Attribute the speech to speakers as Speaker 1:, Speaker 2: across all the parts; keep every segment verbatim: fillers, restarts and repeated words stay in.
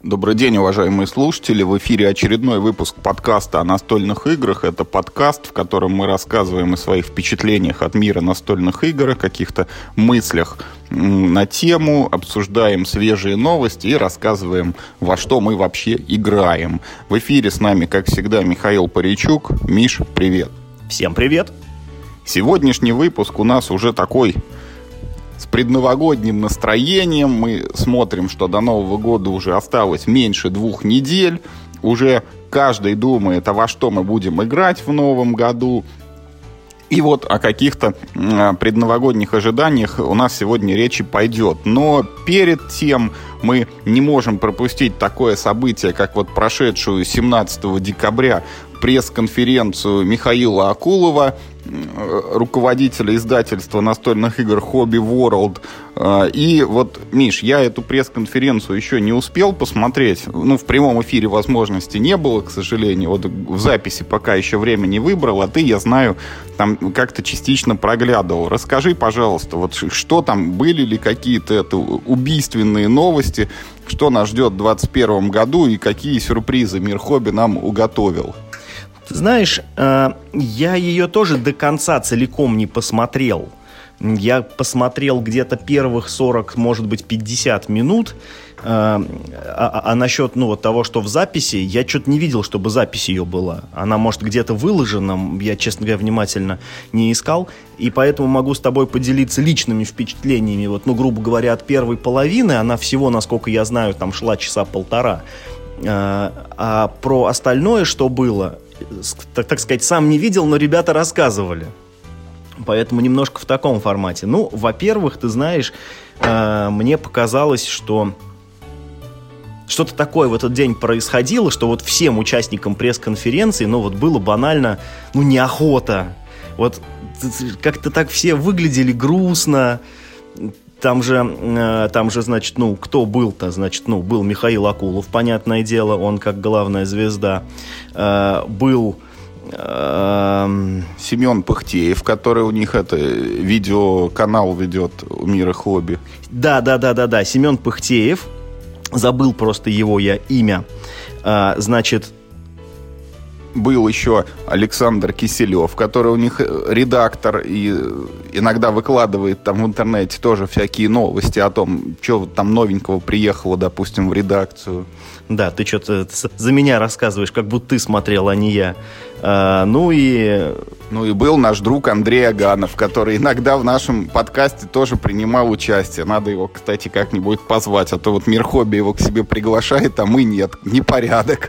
Speaker 1: Добрый день, уважаемые слушатели. В эфире очередной выпуск подкаста о настольных играх. Это подкаст, в котором мы рассказываем о своих впечатлениях от мира настольных игр, о каких-то мыслях на тему, обсуждаем свежие новости и рассказываем, во что мы вообще играем. В эфире с нами, как всегда, Михаил Паричук. Миш, привет.
Speaker 2: Всем привет.
Speaker 1: Сегодняшний выпуск у нас уже такой... с предновогодним настроением. Мы смотрим, что до Нового года уже осталось меньше двух недель. Уже каждый думает, а во что мы будем играть в Новом году. И вот о каких-то предновогодних ожиданиях у нас сегодня речи пойдет. Но перед тем мы не можем пропустить такое событие, как вот прошедшую семнадцатого декабря пресс-конференцию Михаила Акулова, руководителя издательства настольных игр Hobby World. И вот, Миш, я эту пресс-конференцию еще не успел посмотреть. Ну, в прямом эфире возможности не было, к сожалению. Вот в записи пока еще время не выбрал, а ты, я знаю, там как-то частично проглядывал. Расскажи, пожалуйста, вот что там, были ли какие-то это убийственные новости, что нас ждет в двадцать первом году и какие сюрпризы мир хобби нам уготовил?
Speaker 2: Ты знаешь, я ее тоже до конца целиком не посмотрел. Я посмотрел где-то первых сорок, может быть, пятьдесят минут. А, а, а насчет ну, вот того, что в записи, я что-то не видел, чтобы запись ее была. Она, может, где-то выложена, я, честно говоря, внимательно не искал. И поэтому могу с тобой поделиться личными впечатлениями. Вот, ну, грубо говоря, от первой половины, она всего, насколько я знаю, там шла часа полтора. А, а про остальное, что было... Так, так сказать, сам не видел, но ребята рассказывали. Поэтому немножко в таком формате. Ну, во-первых, ты знаешь, э, мне показалось, что что-то такое в этот день происходило, что вот всем участникам пресс-конференции, ну, вот было банально, ну, неохота. Вот как-то так все выглядели грустно. Там же, э, там же, значит, ну, кто был-то? Значит, ну, был Михаил Акулов, понятное дело, он как главная звезда. Э, был... Э,
Speaker 1: Семен Пыхтеев, который у них это видеоканал ведет у Мира Хобби.
Speaker 2: Да, да, да, да, да. Семен Пыхтеев. Забыл просто его я имя. Э, значит...
Speaker 1: Был еще Александр Киселев, который у них редактор и иногда выкладывает там в интернете тоже всякие новости о том, что там новенького приехало, допустим, в редакцию.
Speaker 2: Да, ты что-то за меня рассказываешь, как будто ты смотрел, а не я. А, ну и...
Speaker 1: Ну и был наш друг Андрей Аганов, который иногда в нашем подкасте тоже принимал участие. Надо его, кстати, как-нибудь позвать, а то вот Мир Хобби его к себе приглашает, а мы нет. Непорядок.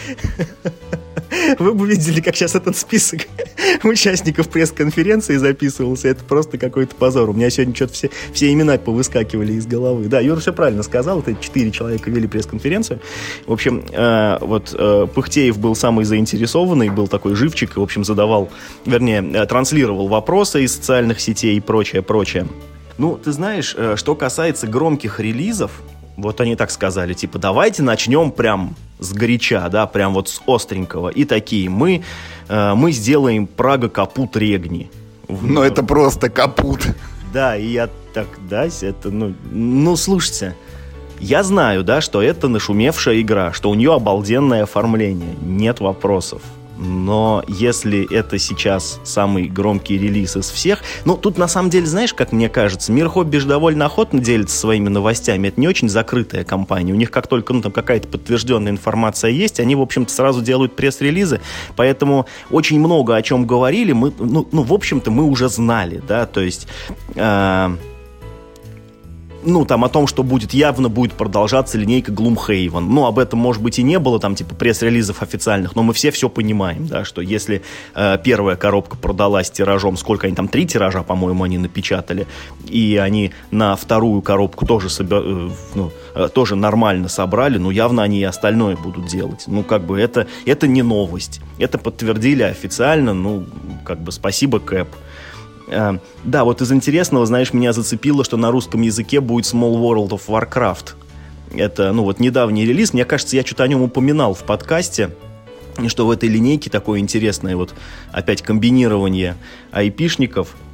Speaker 2: Вы бы видели, как сейчас этот список участников пресс-конференции записывался. Это просто какой-то позор. У меня сегодня что-то все, все имена повыскакивали из головы. Да, Юра все правильно сказал. Это четыре человека вели пресс-конференцию. В общем, э, вот э, Пыхтеев был самый заинтересованный, был такой живчик, и, в общем, задавал, вернее, э, транслировал вопросы из социальных сетей и прочее, прочее. Ну, ты знаешь, э, что касается громких релизов, вот они так сказали, типа, давайте начнем прям сгоряча, да, прям вот с остренького. И такие, мы, э, мы сделаем Прага Капут Регни.
Speaker 1: Но это просто капут.
Speaker 2: Да, и я так, да, это, ну, ну, слушайте, я знаю, да, что это нашумевшая игра, что у нее обалденное оформление, нет вопросов. Но если это сейчас самый громкий релиз из всех... Ну, тут на самом деле, знаешь, как мне кажется, Мир Хобби же довольно охотно делится своими новостями. Это не очень закрытая компания. У них как только ну, там какая-то подтвержденная информация есть, они, в общем-то, сразу делают пресс-релизы. Поэтому очень много о чем говорили. Мы, ну, ну в общем-то, мы уже знали, да, то есть... Э- Ну, там, о том, что будет, явно будет продолжаться линейка Gloomhaven. Ну, об этом, может быть, и не было, там, типа, пресс-релизов официальных, но мы все все понимаем, да, что если э, первая коробка продалась тиражом, сколько они там, три тиража, по-моему, они напечатали, и они на вторую коробку тоже, собер... э, ну, э, тоже нормально собрали, ну, явно они и остальное будут делать. Ну, как бы, это, это не новость. Это подтвердили официально, ну, как бы, спасибо, Кэп. Uh, да, вот из интересного, знаешь, меня зацепило, что на русском языке будет Small World of Warcraft. Это, ну, вот недавний релиз. Мне кажется, я что-то о нем упоминал в подкасте, что в этой линейке такое интересное вот опять комбинирование айпишников.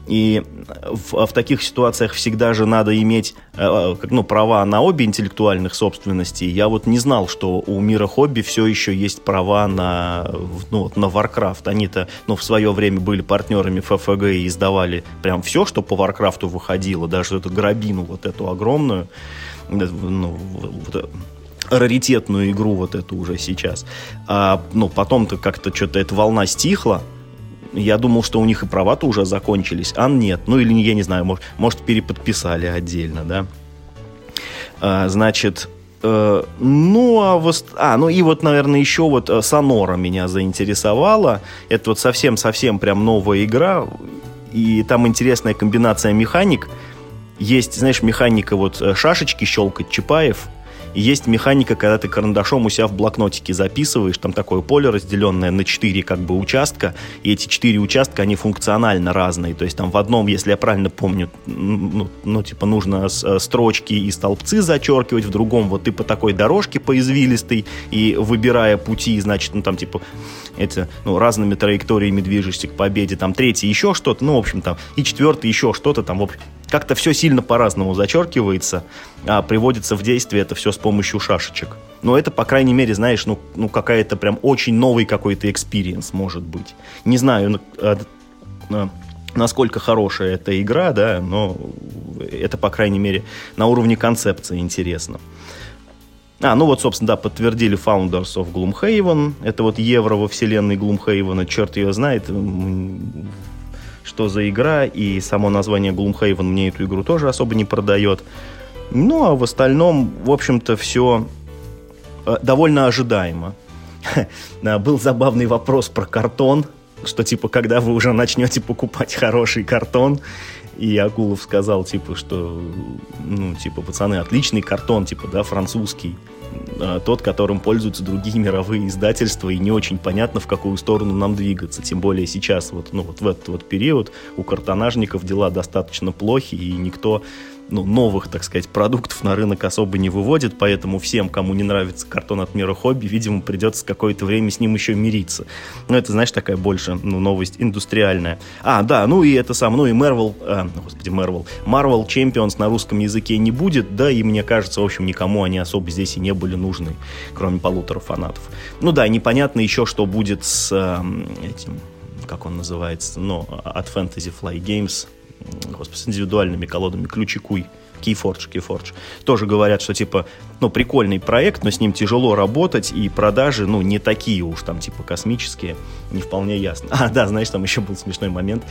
Speaker 2: И в, в таких ситуациях всегда же надо иметь э, ну, права на обе интеллектуальных собственности. Я вот не знал, что у мира хобби все еще есть права на, ну, вот, на Warcraft. Они-то ну, в свое время были партнерами эф эф джи и издавали прям все, что по Warcraft выходило, даже эту грабину вот эту огромную, ну, вот, раритетную игру вот эту уже сейчас. А ну, потом-то как-то что-то эта волна стихла. Я думал, что у них и права-то уже закончились, а нет. Ну, или, я не знаю, может, может переподписали отдельно, да. А, значит, э, ну, а, вост... а, ну и вот, наверное, еще вот Sonora меня заинтересовала. Это вот совсем-совсем прям новая игра, и там интересная комбинация механик. Есть, знаешь, механика вот шашечки щелкать, Чапаев. И есть механика, когда ты карандашом у себя в блокнотике записываешь, там такое поле, разделенное на четыре как бы участка, и эти четыре участка, они функционально разные. То есть там в одном, если я правильно помню, ну, ну типа нужно строчки и столбцы зачеркивать, в другом вот ты по такой дорожке по извилистой, и выбирая пути, значит, ну там типа эти, ну, разными траекториями движешься к победе, там третий еще что-то, ну, в общем, там, и четвертый еще что-то там, в общем, как-то все сильно по-разному зачеркивается, а приводится в действие это все с помощью шашечек. Но это, по крайней мере, знаешь, ну, ну какая-то прям очень новый какой-то экспириенс может быть. Не знаю, насколько хорошая эта игра, да, но это, по крайней мере, на уровне концепции интересно. А, ну вот, собственно, да, подтвердили Founders of Gloomhaven. Это вот евро во вселенной Gloomhaven. Черт ее знает, что за игра. И само название Gloomhaven мне эту игру тоже особо не продает. Ну, а в остальном, в общем-то, все довольно ожидаемо. Был забавный вопрос про картон, что, типа, когда вы уже начнете покупать хороший картон. И Акулов сказал, типа, что, ну, типа, пацаны, отличный картон, типа, да, французский. Тот, которым пользуются другие мировые издательства, и не очень понятно, в какую сторону нам двигаться. Тем более сейчас, вот, ну, вот в этот вот период у картонажников дела достаточно плохи, и никто, ну, новых, так сказать, продуктов на рынок особо не выводит, поэтому всем, кому не нравится картон от мира хобби, видимо, придется какое-то время с ним еще мириться. Ну, это, знаешь, такая больше, ну, новость индустриальная. А, да, ну и это сам, ну и Marvel, а, господи, Marvel, Marvel Champions на русском языке не будет, да, и мне кажется, в общем, никому они особо здесь и не были нужны, кроме полутора фанатов. Ну да, непонятно еще, что будет с э, этим, как он называется, ну, от Fantasy Flight Games, господи, с индивидуальными колодами, Ключи-Куй, Keyforge, Keyforge. Тоже говорят, что, типа, ну, прикольный проект, но с ним тяжело работать, и продажи, ну, не такие уж там, типа, космические, не вполне ясно. А, да, знаешь, там еще был смешной момент.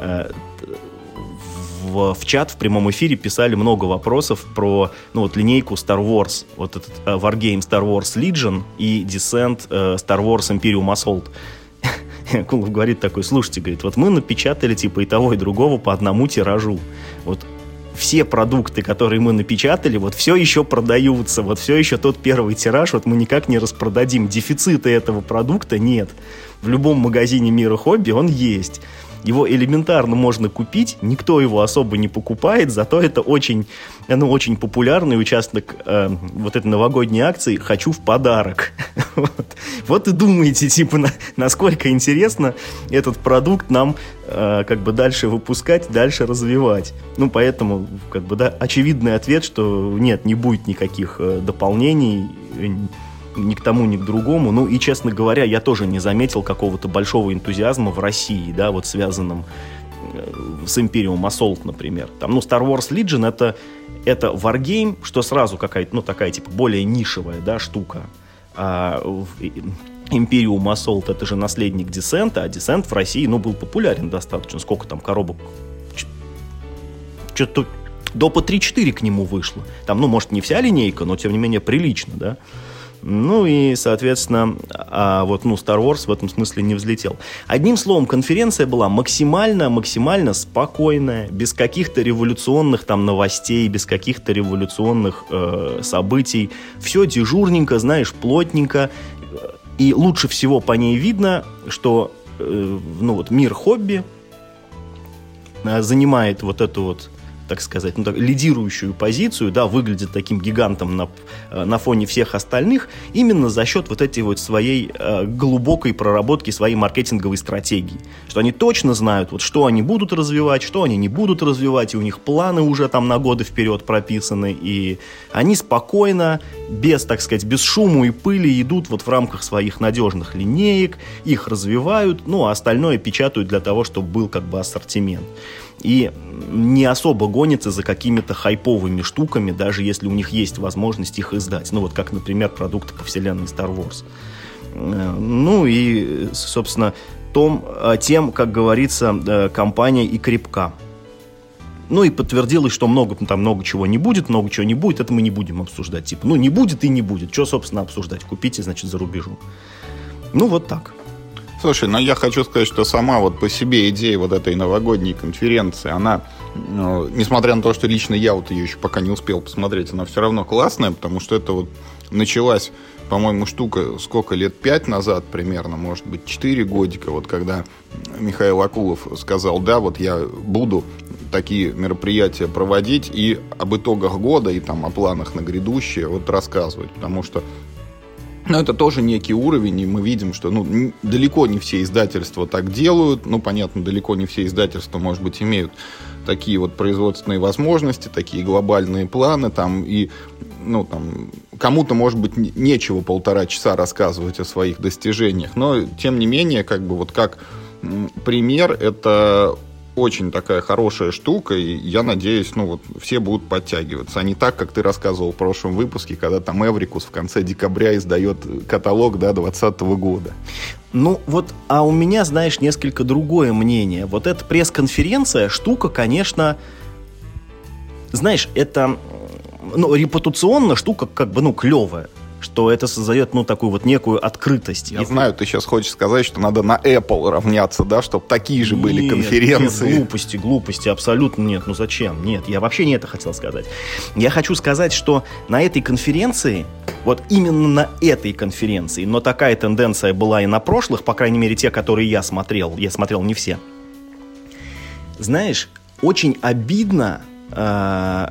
Speaker 2: В, в чат в прямом эфире писали много вопросов про, ну, вот линейку Star Wars, вот этот uh, Wargame Star Wars Legion и Descent uh, Star Wars Imperium Assault. Кулов говорит такой, слушайте, говорит, вот мы напечатали типа и того, и другого по одному тиражу. Вот все продукты, которые мы напечатали, вот все еще продаются, вот все еще тот первый тираж, вот мы никак не распродадим. Дефицита этого продукта нет. В любом магазине мира хобби он есть. Его элементарно можно купить, никто его особо не покупает, зато это очень, ну, очень популярный участок э, вот этой новогодней акции «Хочу в подарок». Вот, вот и думаете, типа, на, насколько интересно этот продукт нам э, как бы дальше выпускать, дальше развивать. Ну, поэтому, как бы, да, очевидный ответ, что нет, не будет никаких э, дополнений, ни к тому, ни к другому. Ну и, честно говоря, я тоже не заметил какого-то большого энтузиазма в России, да, вот связанном с Imperium Assault, например. Там, ну, Star Wars Legion это, это Wargame, что сразу какая-то, ну, такая, типа, более нишевая, да, штука. А Imperium Assault это же наследник Descent, а Descent в России, ну, был популярен достаточно. Сколько там коробок? Что-то допа три-четыре к нему вышло. Там, ну, может, не вся линейка, но, тем не менее, прилично, да. Ну и, соответственно, а вот, ну, Star Wars в этом смысле не взлетел. Одним словом, конференция была максимально-максимально спокойная, без каких-то революционных там новостей, без каких-то революционных э, событий. Все дежурненько, знаешь, плотненько. И лучше всего по ней видно, что э, ну, вот, мир хобби э, занимает вот эту вот так сказать, ну, так, лидирующую позицию, да, выглядит таким гигантом на, на фоне всех остальных, именно за счет вот этой вот своей э, глубокой проработки своей маркетинговой стратегии. Что они точно знают, вот, что они будут развивать, что они не будут развивать, и у них планы уже там на годы вперед прописаны, и они спокойно, без, так сказать, без шума и пыли идут вот в рамках своих надежных линеек, их развивают, ну, а остальное печатают для того, чтобы был как бы ассортимент. И не особо гонятся за какими-то хайповыми штуками, даже если у них есть возможность их издать. Ну, вот как, например, продукты по вселенной Star Wars. Ну, и, собственно, том, тем, как говорится, компания и крепка. Ну, и подтвердилось, что много, там много чего не будет, много чего не будет, это мы не будем обсуждать. Типа, ну, не будет и не будет. Что, собственно, обсуждать? Купите, значит, за рубежом. Ну, вот так.
Speaker 1: Слушай, ну я хочу сказать, что сама вот по себе идея вот этой новогодней конференции, она, ну, несмотря на то, что лично я вот ее еще пока не успел посмотреть, она все равно классная, потому что это вот началась, по-моему, штука сколько, лет пять назад примерно, может быть, четыре годика, вот когда Михаил Акулов сказал, да, вот я буду такие мероприятия проводить и об итогах года, и там о планах на грядущее вот рассказывать, потому что но это тоже некий уровень, и мы видим, что ну, далеко не все издательства так делают. Ну, понятно, далеко не все издательства, может быть, имеют такие вот производственные возможности, такие глобальные планы. Там, и, ну, там, кому-то, может быть, нечего полтора часа рассказывать о своих достижениях. Но, тем не менее, как бы вот как пример, это очень такая хорошая штука, и я надеюсь, ну вот все будут подтягиваться. А не так, как ты рассказывал в прошлом выпуске, когда там Эврикус в конце декабря издает каталог, да, двадцатого года.
Speaker 2: Ну вот, а у меня, знаешь, несколько другое мнение. Вот эта пресс-конференция, штука, конечно, знаешь, это, ну, репутационно штука как бы, ну, клевая. Что это создает, ну, такую вот некую открытость.
Speaker 1: Я и знаю, ты сейчас хочешь сказать, что надо на Apple равняться, да, чтобы такие же нет, были конференции.
Speaker 2: Нет, глупости, глупости, абсолютно нет. Ну, зачем? Нет, я вообще не это хотел сказать. Я хочу сказать, что на этой конференции, вот именно на этой конференции, но такая тенденция была и на прошлых, по крайней мере, те, которые я смотрел, я смотрел не все. Знаешь, очень обидно э,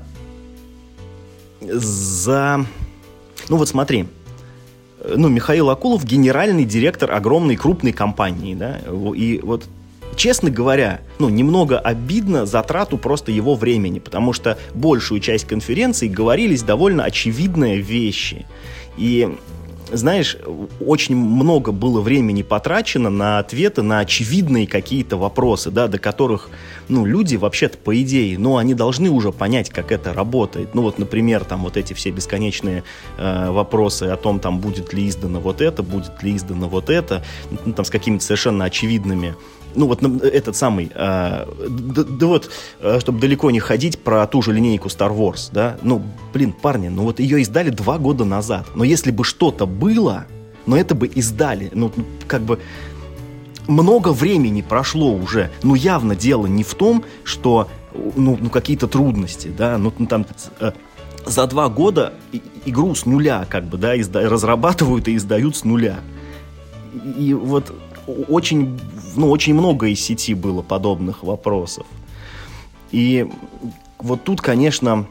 Speaker 2: за... Ну вот смотри, ну, Михаил Акулов генеральный директор огромной крупной компании, да, и вот, честно говоря, ну, немного обидно за трату просто его времени, потому что большую часть конференции говорились довольно очевидные вещи, и, знаешь, очень много было времени потрачено на ответы на очевидные какие-то вопросы, да, до которых, ну, люди вообще-то, по идее, ну, они должны уже понять, как это работает. Ну, вот, например, там вот эти все бесконечные э, вопросы о том, там, будет ли издано вот это, будет ли издано вот это, ну, там, с какими-то совершенно очевидными. Ну, вот этот самый, э, да, да вот, э, чтобы далеко не ходить, про ту же линейку Star Wars, да, ну, блин, парни, ну, вот ее издали два года назад, но если бы что-то было, но это бы издали, ну, как бы, много времени прошло уже, ну, явно дело не в том, что, ну, ну какие-то трудности, да, ну, там, э, за два года игру с нуля, как бы, да, изда- разрабатывают и издают с нуля, и, и вот очень... Ну, очень много из сети было подобных вопросов. И вот тут, конечно,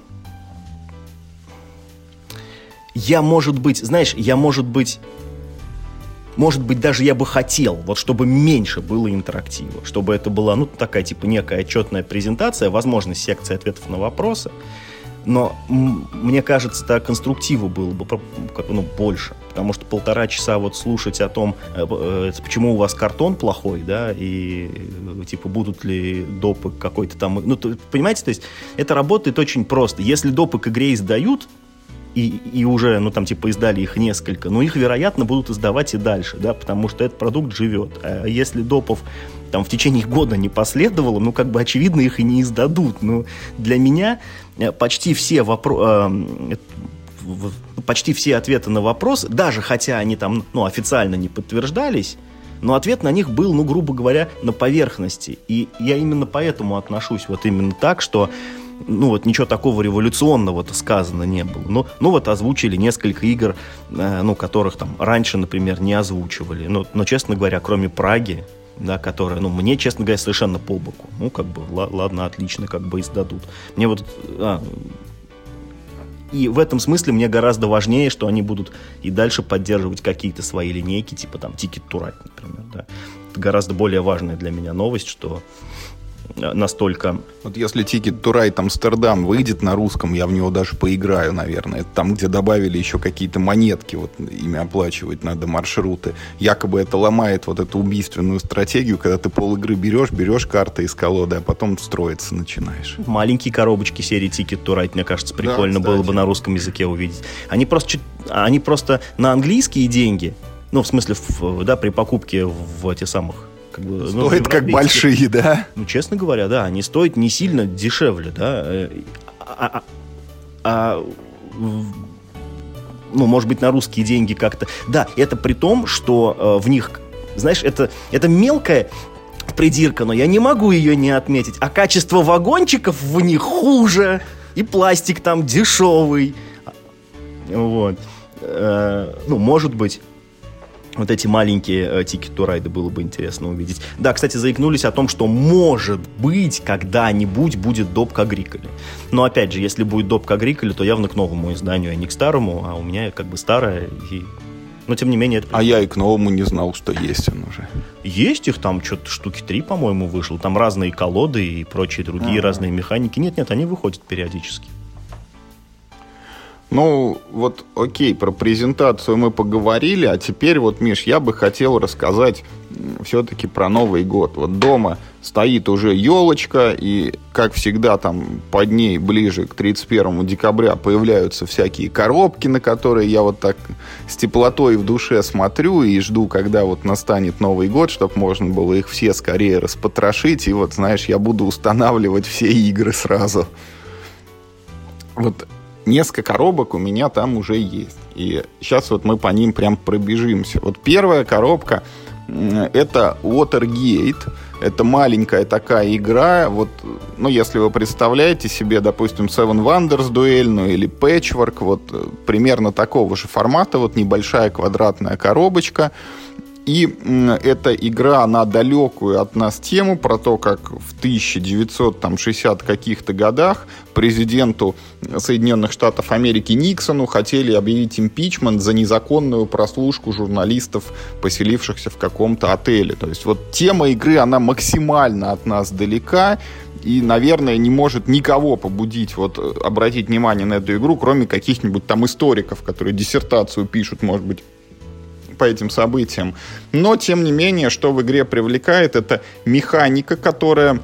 Speaker 2: я, может быть, знаешь, я, может быть, может быть, даже я бы хотел, вот, чтобы меньше было интерактива, чтобы это была, ну, такая, типа, некая отчетная презентация, возможно, секция ответов на вопросы, но м- мне кажется, так конструктива было бы как, ну, больше, потому что полтора часа вот слушать о том, э, э, почему у вас картон плохой, да, и э, типа будут ли допы какой-то там, ну, то, понимаете, то есть это работает очень просто. Если допы к игре издают, и, и уже, ну, там, типа, издали их несколько, но их, вероятно, будут издавать и дальше, да, потому что этот продукт живет. А если допов там в течение года не последовало, ну, как бы, очевидно, их и не издадут. Но для меня почти все вопросы, почти все ответы на вопросы, даже хотя они там, ну, официально не подтверждались, но ответ на них был, ну, грубо говоря, на поверхности. И я именно поэтому отношусь вот именно так, что, ну, вот ничего такого революционного-то сказано не было. Ну, ну вот озвучили несколько игр, э, ну, которых там раньше, например, не озвучивали. Но, но, честно говоря, кроме Праги, да, которая, ну, мне, честно говоря, совершенно по боку. Ну, как бы, л- ладно, отлично, как бы издадут. Мне вот... А, и в этом смысле мне гораздо важнее, что они будут и дальше поддерживать какие-то свои линейки, типа там Ticket to Ride, например, да. Это гораздо более важная для меня новость, что настолько...
Speaker 1: Вот если Ticket to Ride Амстердам выйдет на русском, я в него даже поиграю, наверное. Это там, где добавили еще какие-то монетки, вот ими оплачивать надо маршруты. Якобы это ломает вот эту убийственную стратегию, когда ты пол игры берешь, берешь карты из колоды, а потом строиться начинаешь.
Speaker 2: Маленькие коробочки серии Ticket to Ride, мне кажется, прикольно
Speaker 1: да,
Speaker 2: было бы на русском языке увидеть. Они просто, они просто на английские деньги, ну, в смысле, в, да, при покупке в этих самых... Как бы,
Speaker 1: стоят
Speaker 2: ну,
Speaker 1: как большие, да?
Speaker 2: Ну, честно говоря, да, они стоят не сильно дешевле, да. А, а, а, ну, может быть, на русские деньги как-то... Да, это при том, что э, в них, знаешь, это, это мелкая придирка, но я не могу ее не отметить. А качество вагончиков в них хуже, и пластик там дешевый. Вот. Э, ну, может быть... Вот эти маленькие э, Ticket to Ride было бы интересно увидеть. Да, кстати, заикнулись о том, что, может быть, когда-нибудь будет доп. К Агриколе. Но, опять же, если будет доп. К Агриколе, то явно к новому изданию, а не к старому. А у меня как бы старое. И... Но, тем не менее... Это...
Speaker 1: А я и к новому не знал, что есть он уже.
Speaker 2: Есть их там, что-то штуки три, по-моему, вышло. Там разные колоды и прочие другие А-а-а. разные механики. Нет-нет, они выходят периодически.
Speaker 1: Ну, вот, окей, про презентацию мы поговорили, а теперь вот, Миш, я бы хотел рассказать все-таки про Новый год. Вот дома стоит уже елочка, и, как всегда, там под ней ближе к тридцать первому декабря появляются всякие коробки, на которые я вот так с теплотой в душе смотрю и жду, когда вот настанет Новый год, чтобы можно было их все скорее распотрошить, и вот, знаешь, я буду устанавливать все игры сразу. Вот... Несколько коробок у меня там уже есть. И сейчас вот мы по ним прям пробежимся. Вот первая коробка — это Watergate. Это маленькая такая игра. Вот, ну, если вы представляете себе, допустим, Seven Wonders дуэльную или Patchwork, вот примерно такого же формата, вот небольшая квадратная коробочка. И эта игра на далекую от нас тему про то, как в тысяча девятьсот шестидесятых каких-то годах президенту Соединенных Штатов Америки Никсону хотели объявить импичмент за незаконную прослушку журналистов, поселившихся в каком-то отеле. То есть вот тема игры, она максимально от нас далека и, наверное, не может никого побудить вот обратить внимание на эту игру, кроме каких-нибудь там историков, которые диссертацию пишут, может быть, по этим событиям. Но, тем не менее, что в игре привлекает, это механика, которая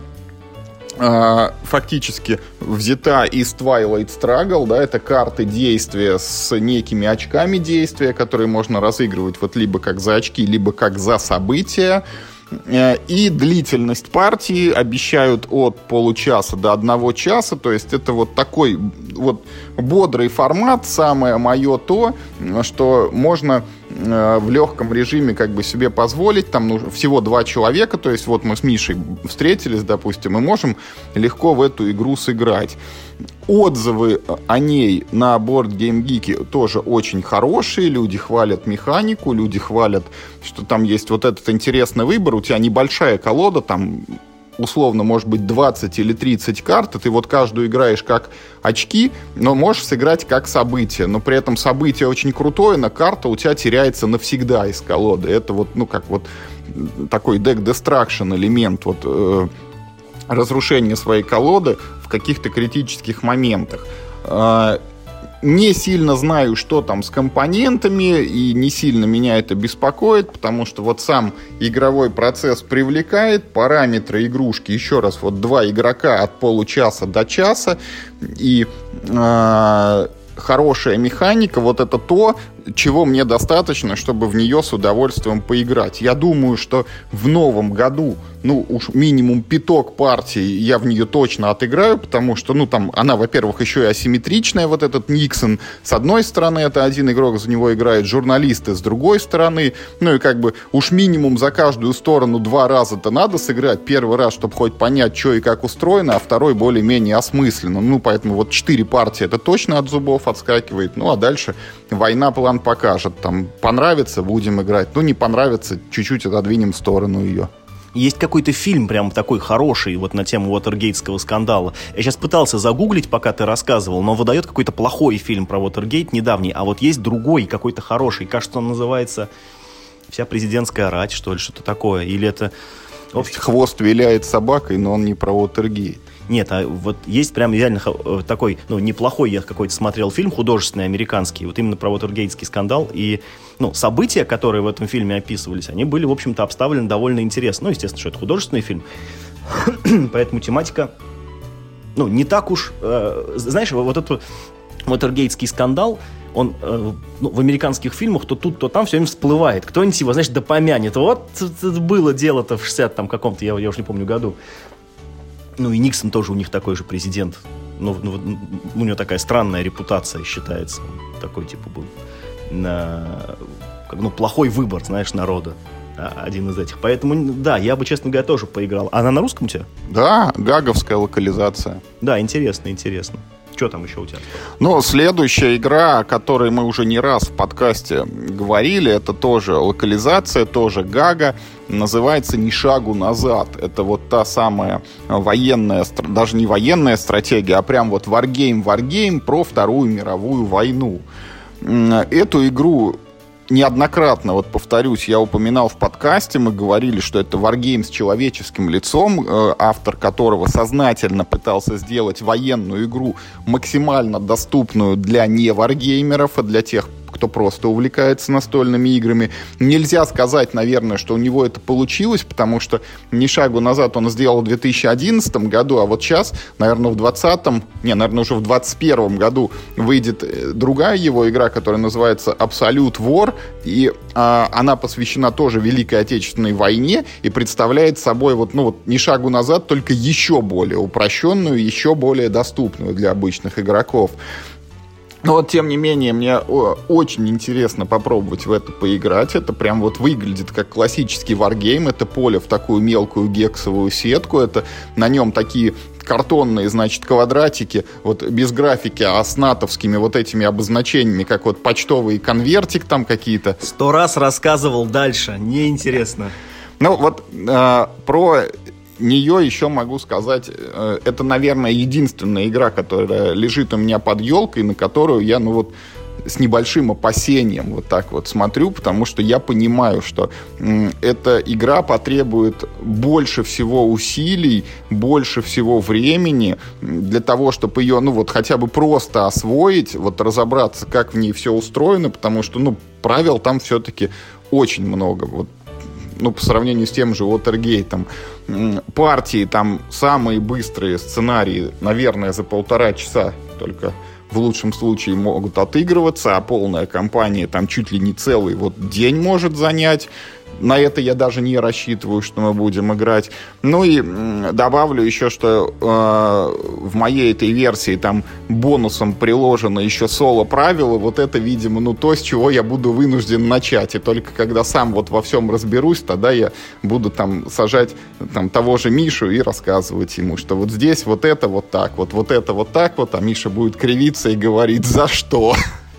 Speaker 1: э, фактически взята из Twilight Struggle, да, это карты действия с некими очками действия, которые можно разыгрывать вот либо как за очки, либо как за события. И длительность партии обещают от получаса до одного часа, то есть это вот такой вот бодрый формат, самое мое то, что можно в легком режиме как бы себе позволить, там нужно всего два человека, то есть вот мы с Мишей встретились, допустим, и можем легко в эту игру сыграть. Отзывы о ней на Board Game Geek тоже очень хорошие, люди хвалят механику, люди хвалят, что там есть вот этот интересный выбор, у тебя небольшая колода, там условно, может быть, двадцать или тридцать карт, и ты вот каждую играешь как очки, но можешь сыграть как событие. Но при этом событие очень крутое, но карта у тебя теряется навсегда из колоды. Это вот, ну, как вот такой deck destruction элемент, вот э, разрушение своей колоды в каких-то критических моментах. Э, Не сильно знаю, что там с компонентами, и не сильно меня это беспокоит, потому что вот сам игровой процесс привлекает, параметры игрушки, еще раз, вот два игрока от получаса до часа, и э, хорошая механика, вот это то, чего мне достаточно, чтобы в нее с удовольствием поиграть. Я думаю, что в новом году, ну, уж минимум пяток партий я в нее точно отыграю, потому что, ну, там, она, во-первых, еще и асимметричная, вот этот Никсон. С одной стороны, это один игрок за него играет, журналисты с другой стороны. Ну, и как бы уж минимум за каждую сторону два раза-то надо сыграть. Первый раз, чтобы хоть понять, что и как устроено, а второй более-менее осмысленно. Ну, поэтому вот четыре партии это точно от зубов отскакивает. Ну, а дальше война план покажет. Там понравится, будем играть. Ну, не понравится, чуть-чуть отодвинем в сторону ее.
Speaker 2: Есть какой-то фильм прям такой хороший вот на тему Уотергейтского скандала. Я сейчас пытался загуглить, пока ты рассказывал, но выдает какой-то плохой фильм про Уотергейт недавний, а вот есть другой какой-то хороший. Кажется, он называется «Вся президентская рать», что ли, что-то такое. Или это...
Speaker 1: Хвост виляет собакой, но он не про Уотергейт.
Speaker 2: Нет, а вот есть прям реально такой, ну, неплохой, я какой-то смотрел фильм художественный, американский, вот именно про Уотергейтский скандал, и, ну, события, которые в этом фильме описывались, они были, в общем-то, обставлены довольно интересно. Ну, естественно, что это художественный фильм, поэтому тематика, ну, не так уж, э, знаешь, вот этот Уотергейтский скандал, он э, ну, в американских фильмах то тут, то там все время всплывает. Кто-нибудь его, знаешь, допомянет. Вот было дело-то в шестидесятом там каком-то, я, я уже не помню, году. Ну и Никсон тоже у них такой же президент. Ну, ну, у него такая странная репутация считается. Такой типа был на, как, ну, плохой выбор, знаешь, народа. Один из этих. Поэтому, да, я бы, честно говоря, тоже поиграл. Она на русском у тебя?
Speaker 1: Да, гаговская локализация.
Speaker 2: Да, интересно, интересно. Что там еще у тебя?
Speaker 1: Ну, следующая игра, о которой мы уже не раз в подкасте говорили, это тоже локализация, тоже Гага, называется «Ни шагу назад». Это вот та самая военная, даже не военная стратегия, а прям вот варгейм-варгейм про Вторую мировую войну. Эту игру неоднократно, вот повторюсь, я упоминал в подкасте, мы говорили, что это варгейм с человеческим лицом, автор которого сознательно пытался сделать военную игру максимально доступную для не варгеймеров, а для тех, кто просто увлекается настольными играми. Нельзя сказать, наверное, что у него это получилось, потому что «Ни шагу назад» он сделал в две тысячи одиннадцатом году, а вот сейчас, наверное, в двадцатом, не, наверное, уже в двадцать первом году выйдет другая его игра, которая называется «Absolute War», и а, она посвящена тоже Великой Отечественной войне и представляет собой вот, ну, вот «Ни шагу назад», только еще более упрощенную, еще более доступную для обычных игроков. Но вот, тем не менее, мне очень интересно попробовать в это поиграть. Это прям вот выглядит как классический варгейм. Это поле в такую мелкую гексовую сетку. Это на нем такие картонные, значит, квадратики, вот без графики, а с натовскими вот этими обозначениями, как вот почтовый конвертик там какие-то.
Speaker 2: Сто раз рассказывал, дальше. Неинтересно.
Speaker 1: Ну, вот э, про... нее еще могу сказать, это, наверное, единственная игра, которая лежит у меня под елкой, на которую я, ну вот, с небольшим опасением вот так вот смотрю, потому что я понимаю, что м, эта игра потребует больше всего усилий, больше всего времени для того, чтобы ее, ну вот, хотя бы просто освоить, вот разобраться, как в ней все устроено, потому что, ну, правил там все-таки очень много, вот. Ну, по сравнению с тем же Уотергейтом, партии там самые быстрые сценарии, наверное, за полтора часа только в лучшем случае могут отыгрываться, а полная кампания там чуть ли не целый вот день может занять. На это я даже не рассчитываю, что мы будем играть. Ну и добавлю еще, что э, в моей этой версии там бонусом приложено еще соло-правило. Вот это, видимо, ну то, с чего я буду вынужден начать. И только когда сам вот во всем разберусь, тогда я буду там сажать там, того же Мишу и рассказывать ему, что вот здесь вот это вот так, вот, вот это вот так вот, а Миша будет кривиться и говорить: за что?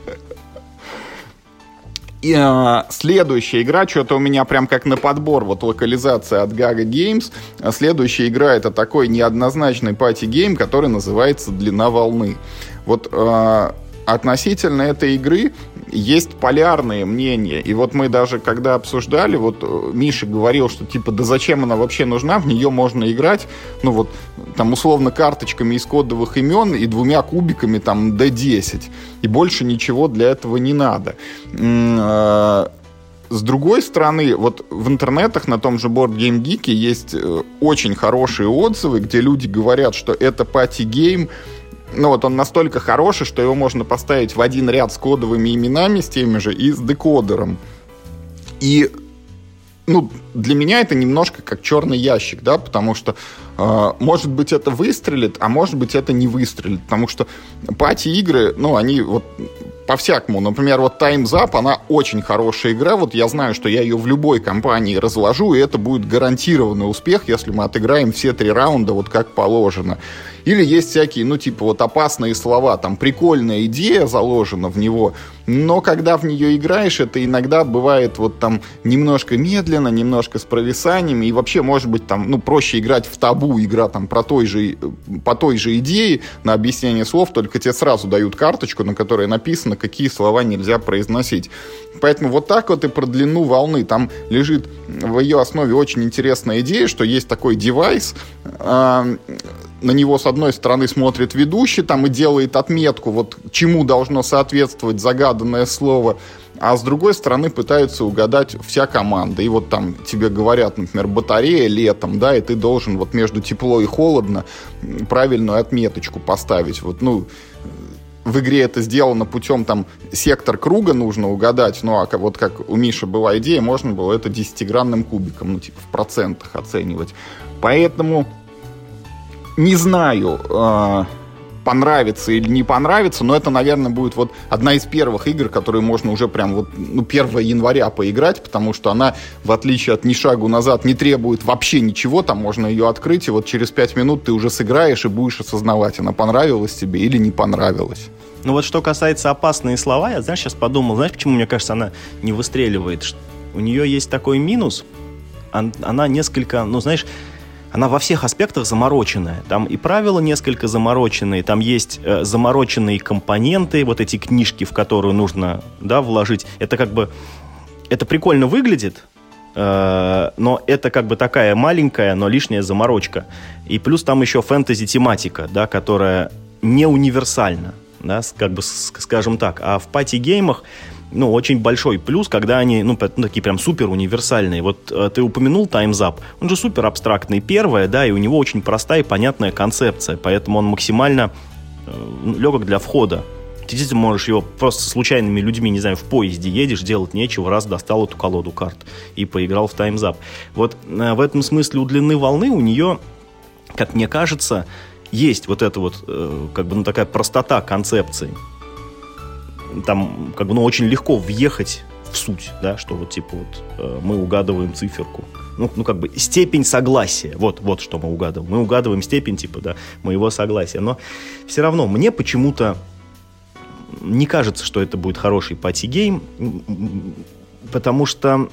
Speaker 1: И, э, следующая игра, что-то у меня прям как на подбор, вот локализация от Gaga Games. Следующая игра — это такой неоднозначный пати-гейм, который называется «Длина волны». Вот э, относительно этой игры есть полярные мнения. И вот мы даже когда обсуждали, вот Миша говорил, что типа, да зачем она вообще нужна, в нее можно играть, ну вот, там условно карточками из кодовых имен и двумя кубиками там ди десять. И больше ничего для этого не надо. С другой стороны, вот в интернетах на том же Board Game Geek есть очень хорошие отзывы, где люди говорят, что это пати-гейм. Ну вот он настолько хороший, что его можно поставить в один ряд с кодовыми именами, с теми же, и с декодером. И, ну, для меня это немножко как черный ящик, да, потому что, э, может быть, это выстрелит, а может быть, это не выстрелит, потому что пати-игры, ну, они вот по-всякому. Например, вот Time's Up, она очень хорошая игра, вот я знаю, что я ее в любой компании разложу, и это будет гарантированный успех, если мы отыграем все три раунда вот как положено. Или есть всякие, ну, типа, вот опасные слова, там, прикольная идея заложена в него, но когда в нее играешь, это иногда бывает вот там немножко медленно, немножко с провисаниями, и вообще, может быть, там, ну, проще играть в табу, игра там про той же, по той же идее на объяснение слов, только тебе сразу дают карточку, на которой написано, какие слова нельзя произносить. Поэтому вот так вот и про длину волны. Там лежит в ее основе очень интересная идея, что есть такой девайс, э, на него с одной стороны смотрит ведущий там и делает отметку, вот чему должно соответствовать загаданное слово, а с другой стороны пытаются угадать вся команда. И вот там тебе говорят, например, батарея летом, да, и ты должен вот между тепло и холодно правильную отметочку поставить. Вот, ну, в игре это сделано путем там сектор круга нужно угадать, ну а вот как у Миши была идея, можно было это десятигранным кубиком, ну типа в процентах оценивать. Поэтому не знаю, э, понравится или не понравится, но это, наверное, будет вот одна из первых игр, которые можно уже прям вот, ну, первого января поиграть, потому что она, в отличие от «Ни шагу назад», не требует вообще ничего, там можно ее открыть, и вот через пять минут ты уже сыграешь и будешь осознавать, она понравилась тебе или не понравилась.
Speaker 2: Ну вот что касается опасные слова, я, знаешь, сейчас подумал, знаешь, почему, мне кажется, она не выстреливает? У нее есть такой минус, она несколько, ну, знаешь, она во всех аспектах замороченная. Там и правила несколько замороченные, там есть э, замороченные компоненты, вот эти книжки, в которые нужно, да, вложить. Это как бы, это прикольно выглядит, э, но это как бы такая маленькая, но лишняя заморочка. И плюс там еще фэнтези-тематика, да, которая не универсальна, да, как бы, скажем так. А в пати-геймах, ну, очень большой плюс, когда они, ну, такие прям супер универсальные. Вот э, ты упомянул Time's Up, он же супер абстрактный, первое, да, и у него очень простая и понятная концепция, поэтому он максимально э, легок для входа. Ты действительно можешь его просто с случайными людьми, не знаю, в поезде едешь, делать нечего, раз достал эту колоду карт и поиграл в Time's Up. Вот э, в этом смысле у длины волны у нее, как мне кажется, есть вот эта вот, э, как бы, ну, такая простота концепции. Там, как бы, ну, очень легко въехать в суть, да, что вот, типа, вот, э, мы угадываем циферку. Ну, ну, как бы, степень согласия. Вот, вот что мы угадываем. Мы угадываем степень, типа, да, моего согласия. Но все равно мне почему-то не кажется, что это будет хороший пати-гейм, потому что...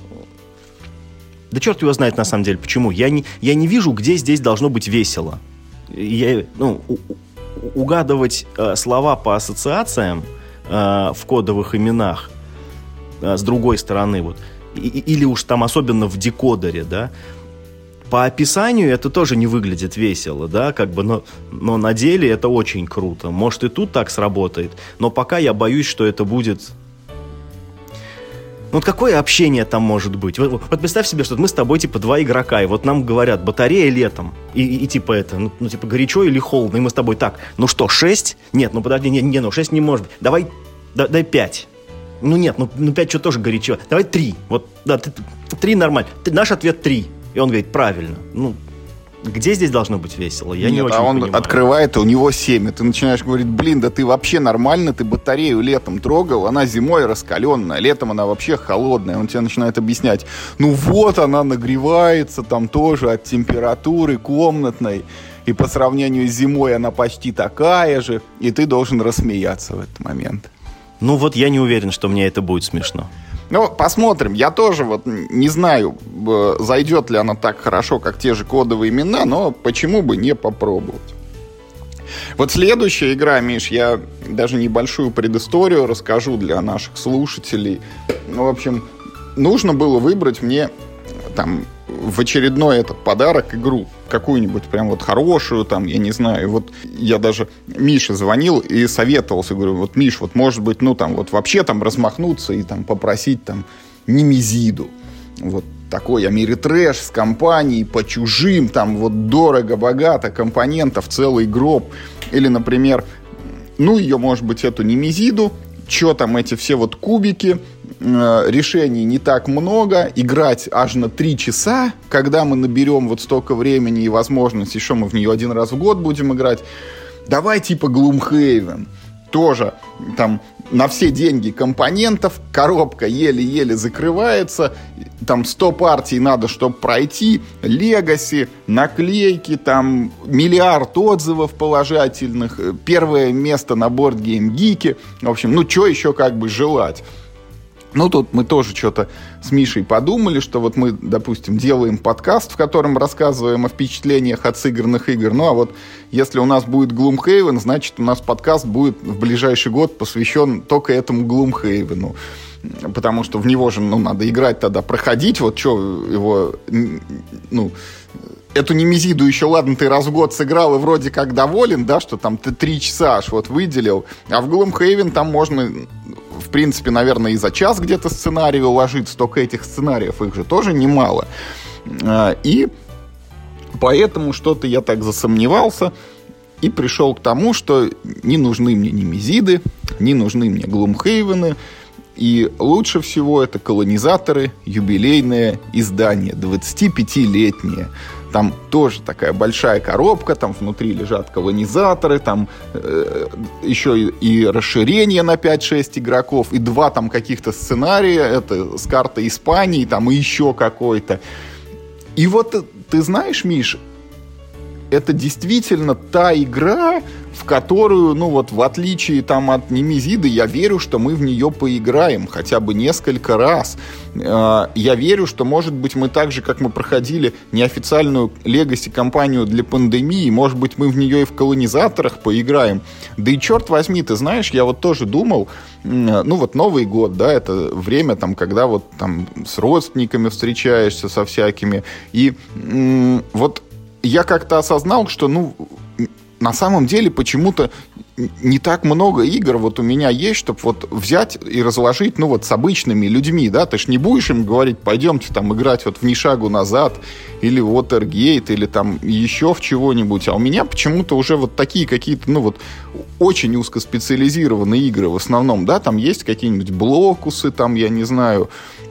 Speaker 2: Да черт его знает, на самом деле, почему. Я не, я не вижу, где здесь должно быть весело. Я, ну, у, угадывать э, слова по ассоциациям в кодовых именах, с другой стороны, вот, или уж там особенно в декодере, да, по описанию это тоже не выглядит весело, да, как бы, но, но на деле это очень круто. Может, и тут так сработает, но пока я боюсь, что это будет... Ну, вот какое общение там может быть? Вот, вот представь себе, что мы с тобой, типа, два игрока, и вот нам говорят, батарея летом, и, и, и типа это, ну, ну, типа, горячо или холодно, и мы с тобой, так, ну что, шесть? Нет, ну, подожди, не, не, ну, шесть не может быть, давай, да, дай пять. Ну, нет, ну, ну пять что тоже горячо, давай три, вот, да, три нормально, наш ответ три, и он говорит, правильно, ну... Где здесь должно быть весело? Я Нет, не очень
Speaker 1: а он
Speaker 2: понимаю.
Speaker 1: Открывает, и у него семь. И ты начинаешь говорить, блин, да ты вообще нормально, ты батарею летом трогал, она зимой раскаленная, летом она вообще холодная. Он тебе начинает объяснять, ну вот она нагревается там тоже от температуры комнатной, и по сравнению с зимой она почти такая же, и ты должен рассмеяться в этот момент.
Speaker 2: Ну вот я не уверен, что мне это будет смешно.
Speaker 1: Ну, посмотрим. Я тоже вот не знаю, зайдет ли она так хорошо, как те же кодовые имена, но почему бы не попробовать. Вот следующая игра, Миш, я даже небольшую предысторию расскажу для наших слушателей. Ну, в общем, нужно было выбрать мне там в очередной этот подарок игру. Какую-нибудь прям вот хорошую, там, я не знаю. Вот я даже Мише звонил и советовался. Говорю, вот, Миш, вот может быть, ну, там, вот вообще там размахнуться и там попросить там Немезиду. Вот такой Америтрэш с компанией по чужим, там вот дорого-богато, компонентов целый гроб. Или, например, ну, ее, может быть, эту Немезиду, что там эти все вот кубики, э, решений не так много, играть аж на три часа, когда мы наберем вот столько времени и возможность, еще мы в нее один раз в год будем играть. Давай типа Gloomhaven, тоже там на все деньги компонентов, коробка еле-еле закрывается, там сто партий надо, чтобы пройти, легаси, наклейки, там миллиард отзывов положительных, первое место на Board Game Geek. В общем, ну, что еще как бы желать? Ну, тут мы тоже что-то с Мишей подумали, что вот мы, допустим, делаем подкаст, в котором рассказываем о впечатлениях от сыгранных игр. Ну, а вот если у нас будет Gloomhaven, значит, у нас подкаст будет в ближайший год посвящен только этому Gloomhaven. Потому что в него же, ну, надо играть тогда, проходить. Вот что его, ну... Эту Немезиду еще, ладно, ты раз в год сыграл и вроде как доволен, да, что там ты три часа аж вот выделил. А в Gloomhaven там можно, в принципе, наверное, и за час где-то сценарий уложиться. Только этих сценариев, их же тоже немало. И поэтому что-то я так засомневался и пришел к тому, что не нужны мне Немезиды, не нужны мне Gloomhaven'ы. И лучше всего это колонизаторы, юбилейное издание, двадцатипятилетнее. Там тоже такая большая коробка, там внутри лежат колонизаторы, там э, еще и, и расширение на пять-шесть игроков, и два там каких-то сценария, это с картой Испании, там и еще какой-то. И вот ты знаешь, Миш, это действительно та игра, в которую, ну вот, в отличие там от Немезиды, я верю, что мы в нее поиграем хотя бы несколько раз. Я верю, что, может быть, мы так же, как мы проходили неофициальную легаси-кампанию для пандемии, может быть, мы в нее и в колонизаторах поиграем. Да и черт возьми, ты знаешь, я вот тоже думал, ну вот Новый год, да, это время, там, когда вот там с родственниками встречаешься, со всякими, и м- вот я как-то осознал, что, ну, на самом деле почему-то не так много игр вот у меня есть, чтобы вот взять и разложить, ну, вот с обычными людьми, да, ты ж не будешь им говорить, пойдемте там играть вот в «Ни шагу назад» или в Watergate, или там еще в чего-нибудь, а у меня почему-то уже вот такие какие-то, ну, вот очень узкоспециализированные игры в основном, да, там есть какие-нибудь блокусы, там, я не знаю...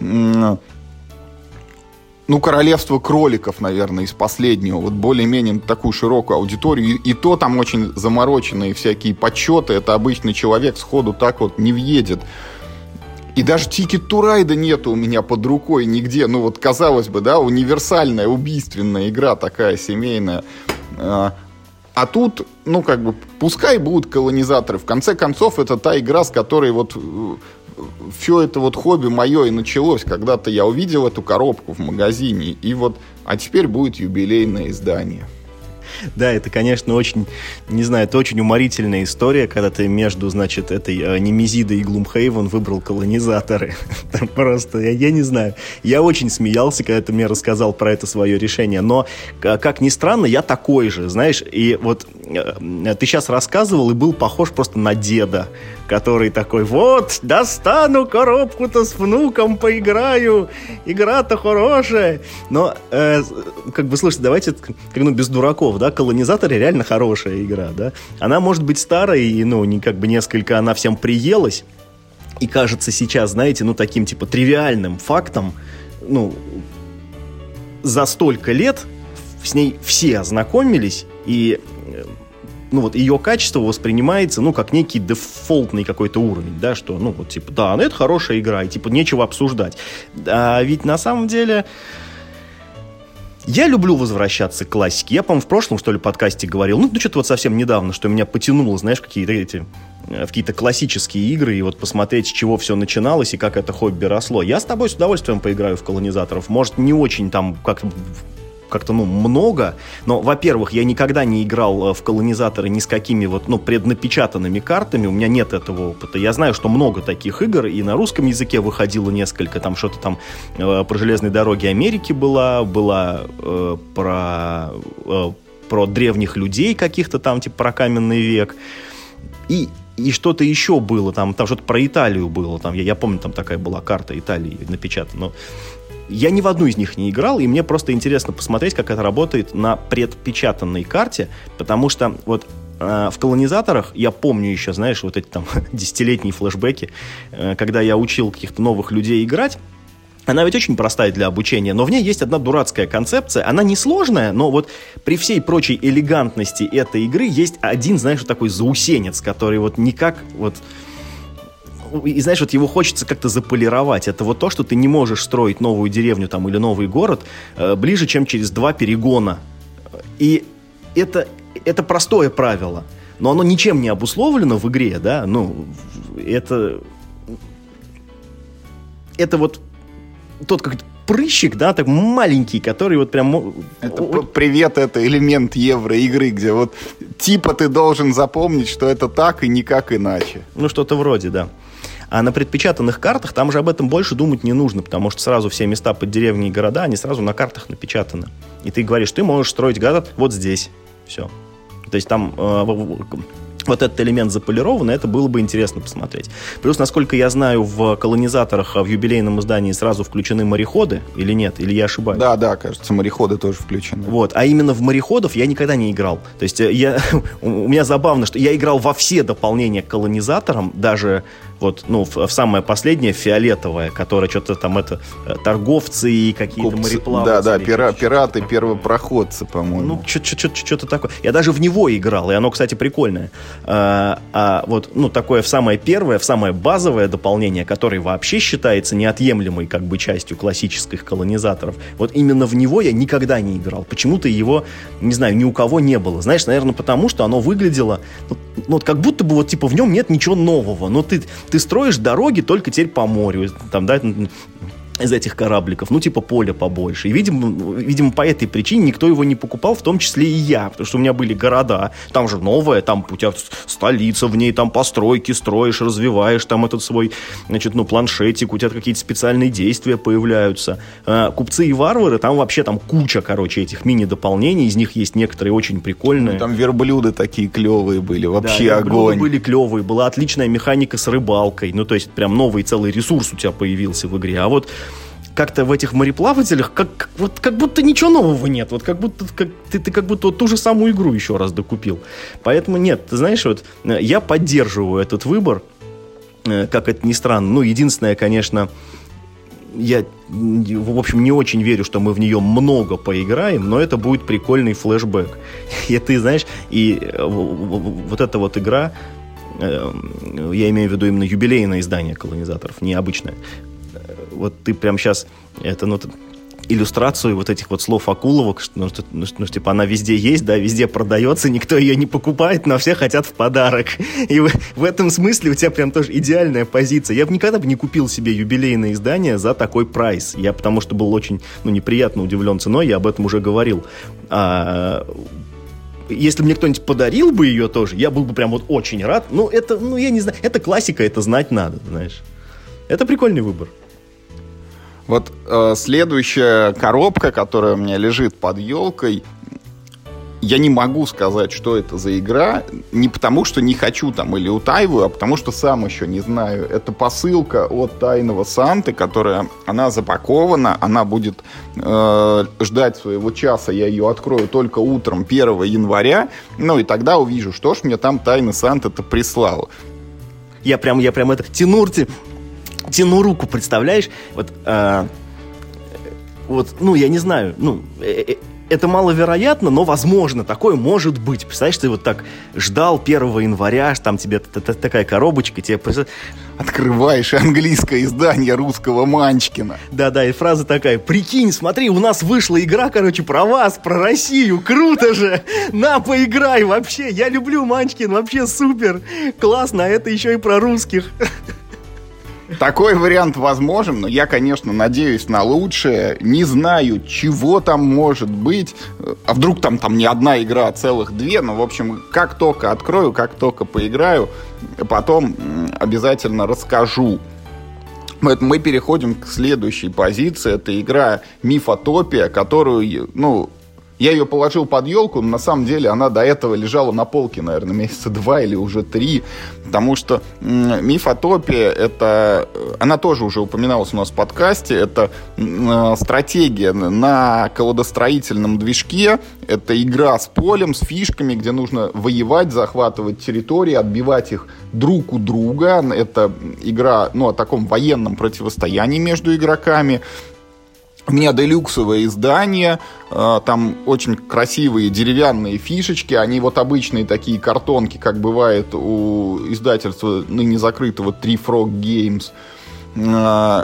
Speaker 1: Ну, «Королевство кроликов», наверное, из последнего. Вот более-менее такую широкую аудиторию. И, и то там очень замороченные всякие подсчеты. Это обычный человек сходу так вот не въедет. И даже Ticket to Ride нету у меня под рукой нигде. Ну, вот, казалось бы, да, универсальная, убийственная игра такая семейная. А тут, ну, как бы, пускай будут колонизаторы. В конце концов, это та игра, с которой вот... все это вот хобби мое и началось. Когда-то я увидел эту коробку в магазине, и вот, а теперь будет юбилейное издание.
Speaker 2: Да, это, конечно, очень, не знаю, это очень уморительная история, когда ты между, значит, этой э, Немезидой и Gloomhaven выбрал колонизаторы. Там просто, я, я не знаю, я очень смеялся, когда ты мне рассказал про это свое решение, но, как ни странно, я такой же, знаешь, и вот э, ты сейчас рассказывал и был похож просто на деда, который такой, вот, достану коробку-то с внуком, поиграю, игра-то хорошая. Но, э, как бы, слушайте, давайте, как, ну, без дураков, да, колонизаторы реально хорошая игра, да. Она может быть старой, и, ну, не, как бы несколько она всем приелась, и кажется сейчас, знаете, ну, таким, типа, тривиальным фактом, ну, за столько лет с ней все ознакомились, и... ну, вот ее качество воспринимается, ну, как некий дефолтный какой-то уровень, да, что, ну, вот, типа, да, ну, это хорошая игра, и, типа, нечего обсуждать. А ведь, на самом деле, я люблю возвращаться к классике. Я, по-моему, в прошлом, что ли, подкасте говорил, ну, ну что-то вот совсем недавно, что меня потянуло, знаешь, какие-то эти, в какие-то классические игры, и вот посмотреть, с чего все начиналось, и как это хобби росло. Я с тобой с удовольствием поиграю в колонизаторов. Может, не очень там, как как-то, ну, много, но, во-первых, я никогда не играл в колонизаторы ни с какими вот, ну, преднапечатанными картами, у меня нет этого опыта. Я знаю, что много таких игр, и на русском языке выходило несколько, там что-то там э, про железные дороги Америки была, была э, про, э, про древних людей каких-то там, типа про каменный век, и И что-то еще было, там, там что-то про Италию было, там, я, я помню, там такая была карта Италии напечатана, но я ни в одну из них не играл, и мне просто интересно посмотреть, как это работает на предпечатанной карте, потому что вот э, в колонизаторах я помню еще, знаешь, вот эти там десятилетние флешбеки, э, когда я учил каких-то новых людей играть. Она ведь очень простая для обучения, но в ней есть одна дурацкая концепция. Она несложная, но вот при всей прочей элегантности этой игры есть один, знаешь, такой заусенец, который вот никак вот... и знаешь, вот его хочется как-то заполировать. Это вот то, что ты не можешь строить новую деревню там или новый город э, ближе, чем через два перегона. И это, это простое правило, но оно ничем не обусловлено в игре, да, ну, это... Это вот тот как прыщик, да, так маленький, который вот прям...
Speaker 1: Это привет, это элемент евроигры, где вот типа ты должен запомнить, что это так и никак иначе.
Speaker 2: Ну, что-то вроде, да. А на предпечатанных картах там же об этом больше думать не нужно, потому что сразу все места под деревни и города, они сразу на картах напечатаны. И ты говоришь, ты можешь строить город вот здесь. Все. То есть там... Э, вот этот элемент заполирован, и это было бы интересно посмотреть. Плюс, насколько я знаю, в колонизаторах, в юбилейном издании сразу включены мореходы, или нет? Или я ошибаюсь?
Speaker 1: Да, да, кажется, мореходы тоже включены.
Speaker 2: Вот, а именно в мореходов я никогда не играл. То есть я, у меня забавно, что я играл во все дополнения к колонизаторам, даже вот, ну, в, в самое последнее, фиолетовое, которое что-то там, это, торговцы и какие-то
Speaker 1: Купцы,
Speaker 2: мореплавцы.
Speaker 1: Да, да, пира, пираты, первопроходцы, по-моему.
Speaker 2: Ну, что-то такое. Я даже в него играл, и оно, кстати, прикольное. А, а вот, ну, такое в самое первое, в самое базовое дополнение, которое вообще считается неотъемлемой, как бы, частью классических колонизаторов, вот именно в него я никогда не играл. Почему-то его, не знаю, ни у кого не было. Знаешь, наверное, потому что оно выглядело, ну, ну вот как будто бы, вот, типа, в нем нет ничего нового. Но ты, ты строишь дороги только теперь по морю, там, да, из этих корабликов, ну, типа, поля побольше. И, видимо, видимо, по этой причине никто его не покупал, в том числе и я, потому что у меня были города, там же новое, там у тебя столица в ней, там постройки строишь, развиваешь, там этот свой, значит, ну, планшетик, у тебя какие-то специальные действия появляются. А, купцы и варвары, там вообще там куча, короче, этих мини-дополнений, из них есть некоторые очень прикольные.
Speaker 1: Ну, там верблюды такие клевые были, вообще
Speaker 2: да,
Speaker 1: огонь.
Speaker 2: были клевые, была отличная механика с рыбалкой, ну, то есть прям новый целый ресурс у тебя появился в игре, а вот как-то в этих мореплавателях как, вот, как будто ничего нового нет. Вот как будто как, ты, ты как будто вот ту же самую игру еще раз докупил. Поэтому нет, ты знаешь, вот я поддерживаю этот выбор, как это ни странно. Ну, единственное, конечно, я, в общем, не очень верю, что мы в нее много поиграем, но это будет прикольный флешбэк. И ты знаешь, и вот эта вот игра, я имею в виду именно юбилейное издание колонизаторов, не обычное. Вот ты прям сейчас это, ну, иллюстрацию вот этих вот слов Акуловок, что, ну, что, ну, что, типа, она везде есть, да, везде продается, никто ее не покупает, но все хотят в подарок. И в, в этом смысле у тебя прям тоже идеальная позиция. Я бы никогда бы не купил себе юбилейное издание за такой прайс. Я потому что был очень, ну, неприятно удивлен ценой, я об этом уже говорил. А, если бы мне кто-нибудь подарил бы ее тоже, я был бы прям вот очень рад. Ну, это, ну, я не знаю, это классика, это знать надо, знаешь. Это прикольный выбор.
Speaker 1: Вот э, следующая коробка, которая у меня лежит под елкой, я не могу сказать, что это за игра, не потому что не хочу там или утаиваю, а потому что сам еще не знаю. Это посылка от Тайного Санты, которая, она запакована, она будет э, ждать своего часа, я ее открою только утром первого января, ну и тогда увижу, что ж мне там Тайный Санта-то прислал.
Speaker 2: Я прям, я прям это, Тимур, тяну руку, представляешь? Вот, э, вот, ну, я не знаю, ну, э, э, это маловероятно, но, возможно, такое может быть. Представляешь, ты вот так ждал первого января, там тебе такая коробочка, тебе...
Speaker 1: Открываешь английское издание русского Манчкина.
Speaker 2: Да-да, и фраза такая: прикинь, смотри, у нас вышла игра, короче, про вас, про Россию, круто же! На, поиграй, вообще, я люблю Манчкин, вообще супер, классно, а это еще и про русских.
Speaker 1: Такой вариант возможен, но я, конечно, надеюсь на лучшее. Не знаю, чего там может быть. А вдруг там, там не одна игра, а целых две. Но, в общем, как только открою, как только поиграю, потом обязательно расскажу. Поэтому мы переходим к следующей позиции. Это игра Мифотопия, которую, ну... Я ее положил под елку, но на самом деле она до этого лежала на полке, наверное, месяца два или уже три, потому что м- Мифотопия, это, она тоже уже упоминалась у нас в подкасте, это м- стратегия на колодостроительном движке, это игра с полем, с фишками, где нужно воевать, захватывать территории, отбивать их друг у друга, это игра, ну, о таком военном противостоянии между игроками. У меня делюксовое издание, там очень красивые деревянные фишечки, они вот обычные такие картонки, как бывает у издательства ныне закрытого Three Frog Games.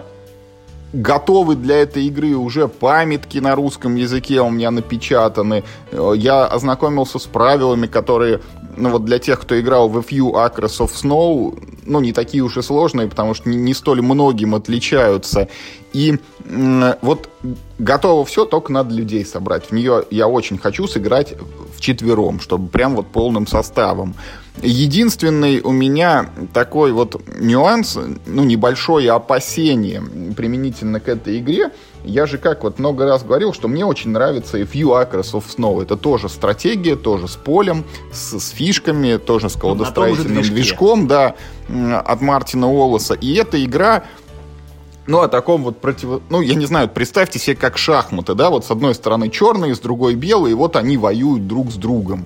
Speaker 1: Готовы для этой игры уже памятки на русском языке у меня напечатаны. Я ознакомился с правилами, которые, ну вот для тех, кто играл в A Few Acres of Snow, ну не такие уж и сложные, потому что не, не столь многим отличаются. И м- вот готово все, только надо людей собрать. В нее я очень хочу сыграть вчетвером, чтобы прям вот полным составом. Единственный у меня такой вот нюанс, ну, небольшое опасение применительно к этой игре. Я же как вот много раз говорил, что мне очень нравится A Few Acres of Snow. Это тоже стратегия, тоже с полем, с, с фишками, тоже с колодостроительным движком, да, от Мартина Уоллеса. И эта игра... Ну, о таком вот против... Ну, я не знаю, представьте себе как шахматы, да, вот с одной стороны черные, с другой белые, и вот они воюют друг с другом.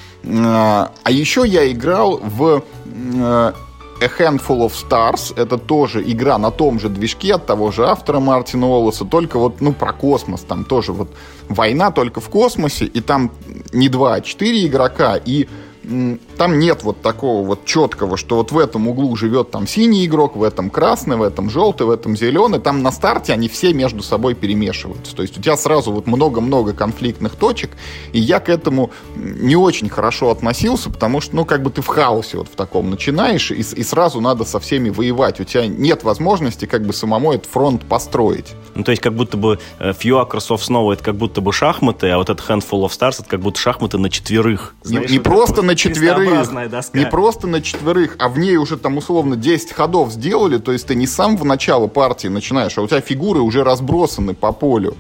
Speaker 1: А еще я играл в A Handful of Stars, это тоже игра на том же движке от того же автора Мартина Уоллеса, только вот, ну, про космос, там тоже вот война только в космосе, и там не два, а четыре игрока, и там нет вот такого вот четкого, что вот в этом углу живет там синий игрок, в этом красный, в этом желтый, в этом зеленый. Там на старте они все между собой перемешиваются. То есть у тебя сразу вот много-много конфликтных точек, и я к этому не очень хорошо относился, потому что, ну, как бы ты в хаосе вот в таком начинаешь, и, и сразу надо со всеми воевать. У тебя нет возможности как бы самому этот фронт построить.
Speaker 2: Ну, то есть как будто бы Few Acres of Snow это как будто бы шахматы, а вот этот Handful of Stars это как будто шахматы на четверых.
Speaker 1: Знаешь, не, не вот просто на четверых, не просто на четверых, а в ней уже там условно десять ходов сделали, то есть ты не с самого начала партии начинаешь, а у тебя фигуры уже разбросаны по полю.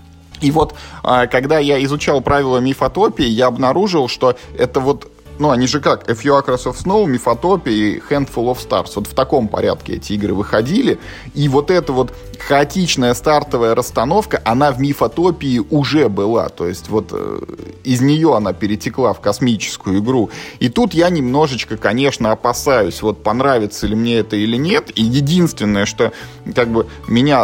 Speaker 1: И вот, когда я изучал правила мифотопии, я обнаружил, что это вот, ну, они же как, A Few Acres of Snow, Мифотопия и Handful of Stars. Вот в таком порядке эти игры выходили. И вот эта вот хаотичная стартовая расстановка, она в Мифотопии уже была. То есть вот э, из нее она перетекла в космическую игру. И тут я немножечко, конечно, опасаюсь, вот понравится ли мне это или нет. И единственное, что как бы меня...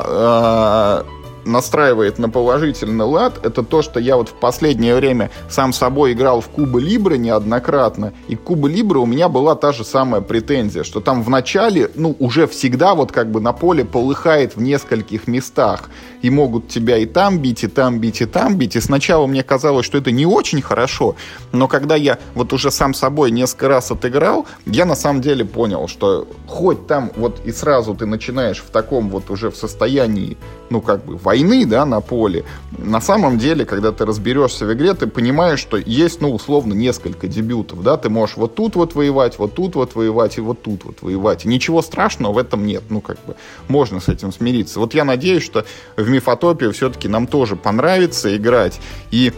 Speaker 1: Э, настраивает на положительный лад, это то, что я вот в последнее время сам собой играл в Куба Либре неоднократно, и к Куба Либре у меня была та же самая претензия, что там в начале, ну, уже всегда вот как бы на поле полыхает в нескольких местах, и могут тебя и там бить, и там бить, и там бить, и сначала мне казалось, что это не очень хорошо, но когда я вот уже сам собой несколько раз отыграл, я на самом деле понял, что хоть там вот и сразу ты начинаешь в таком вот уже в состоянии, ну, как бы войны, да, на поле, на самом деле, когда ты разберешься в игре, ты понимаешь, что есть, ну, условно, несколько дебютов, да, ты можешь вот тут вот воевать, вот тут вот воевать и вот тут вот воевать, и ничего страшного в этом нет, ну, как бы, можно с этим смириться. Вот я надеюсь, что в Мифотопию все-таки нам тоже понравится играть, и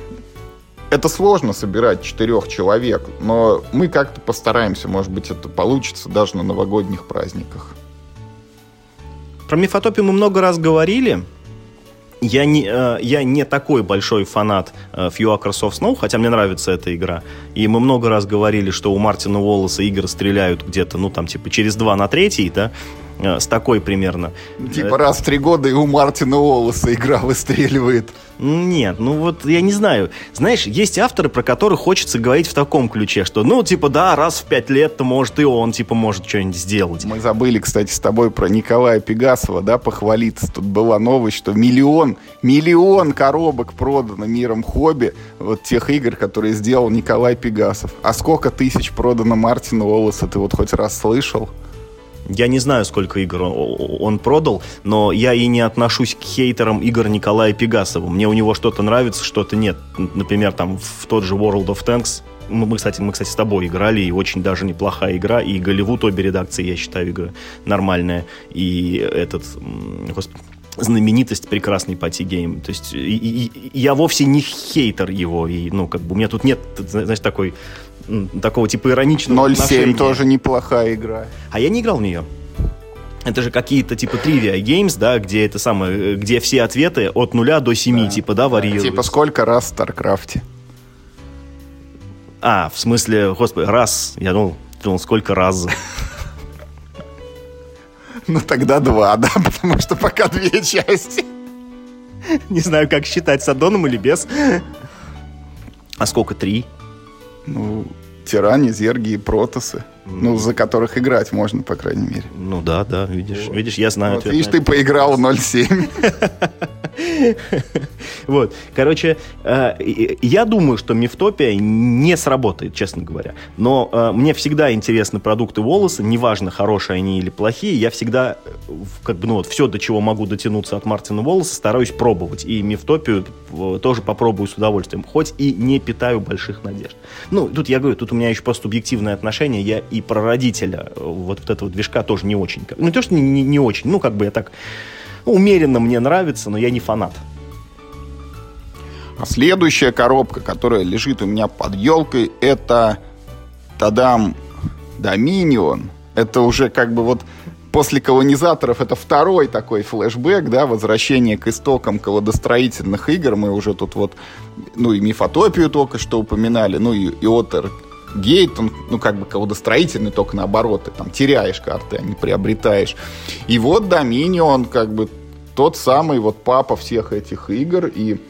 Speaker 1: это сложно собирать четырех человек, но мы как-то постараемся, может быть, это получится даже на новогодних праздниках.
Speaker 2: Про Мифотопию мы много раз говорили. Я не, э, я не такой большой фанат э, Few Acres of Snow, хотя мне нравится эта игра. И мы много раз говорили, что у Мартина Уоллеса игры стреляют где-то, ну, там, типа, через два на третий, да, э, с такой примерно.
Speaker 1: Типа раз в три года и у Мартина Уоллеса игра выстреливает.
Speaker 2: Нет, ну вот я не знаю. Знаешь, есть авторы, про которых хочется говорить в таком ключе, что, ну, типа, да, раз в пять лет-то, может, и он, типа, может что-нибудь сделать.
Speaker 1: Мы забыли, кстати, с тобой про Николая Пегасова, да, похвалиться. Тут была новость, что миллион, миллион коробок продано миром хобби вот тех игр, которые сделал Николай Пегасов. А сколько тысяч продано Мартина Уоллеса, ты вот хоть раз слышал?
Speaker 2: Я не знаю, сколько игр он продал, но я и не отношусь к хейтерам игр Николая Пегасова. Мне у него что-то нравится, что-то нет. Например, там в тот же World of Tanks. Мы, кстати, мы, кстати, с тобой играли, и очень даже неплохая игра. И Голливуд обе редакции, я считаю, игра нормальная. И этот... Господи, знаменитость прекрасный Пати Гейм. То есть и, и, и я вовсе не хейтер его. И, ну, как бы у меня тут нет, знаешь, такой... такого типа ироничного
Speaker 1: ноль семь тоже неплохая игра.
Speaker 2: А я не играл в нее. Это же какие-то типа Trivia Games, да, где это самое, где все ответы от нуля до семи, да, типа, да, варьируются.
Speaker 1: Типа сколько раз в Старкрафте?
Speaker 2: А, в смысле, господи, раз. Я думал, думал сколько раз.
Speaker 1: Ну тогда два, да, потому что пока две части.
Speaker 2: Не знаю, как считать, с аддоном или без. А сколько? Три?
Speaker 1: Ну, Тиране, Зерги и Протосы. Ну, за которых играть можно, по крайней мере.
Speaker 2: Ну да, да, видишь, вот. видишь, я знаю.
Speaker 1: Вот, видишь, ты поиграл ноль семь.
Speaker 2: Вот, короче, я думаю, что Мифтопия не сработает, честно говоря. Но мне всегда интересны продукты волоса, неважно, хорошие они или плохие. Я всегда, как бы, ну вот, все, до чего могу дотянуться от Мартина Волоса, стараюсь пробовать. И Мифтопию тоже попробую с удовольствием, хоть и не питаю больших надежд. Ну, тут я говорю, тут у меня еще просто субъективное отношение. Я и про родителя вот, вот этого движка тоже не очень. Ну, не то, что не, не, не очень, ну, как бы я так... Умеренно мне нравится, но я не фанат.
Speaker 1: А следующая коробка, которая лежит у меня под елкой, это Тадам Dominion. Это уже как бы вот после колонизаторов это второй такой флешбэк, да, возвращение к истокам колодостроительных игр. Мы уже тут вот, ну и Мифотопию только что упоминали, ну и, и Отер Гейт, он, ну, как бы колодостроительный, только наоборот, ты там теряешь карты, а не приобретаешь. И вот Dominion, как бы тот самый вот папа всех этих игр, и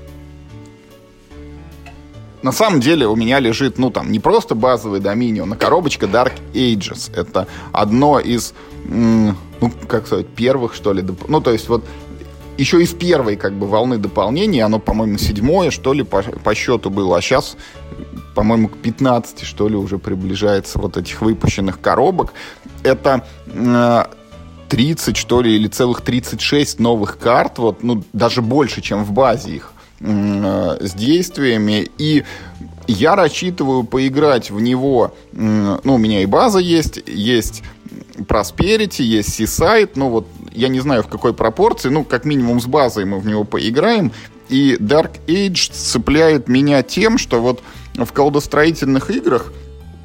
Speaker 1: на самом деле у меня лежит, ну, там, не просто базовый Dominion, а коробочка Dark Ages. Это одно из, м- ну, как сказать, первых, что ли, доп- ну, то есть вот еще из первой, как бы, волны дополнений, оно, по-моему, седьмое, что ли, по, по счету было, а сейчас, по-моему, к пятнадцати, что ли, уже приближается вот этих выпущенных коробок. Это э, тридцать, что ли, или целых тридцать шесть новых карт, вот, ну, даже больше, чем в базе их, э, с действиями, и я рассчитываю поиграть в него, э, ну, у меня и база есть, есть Prosperity, есть Seaside, ну, вот, я не знаю, в какой пропорции, ну, как минимум с базой мы в него поиграем, и Dark Age цепляет меня тем, что вот в колодостроительных играх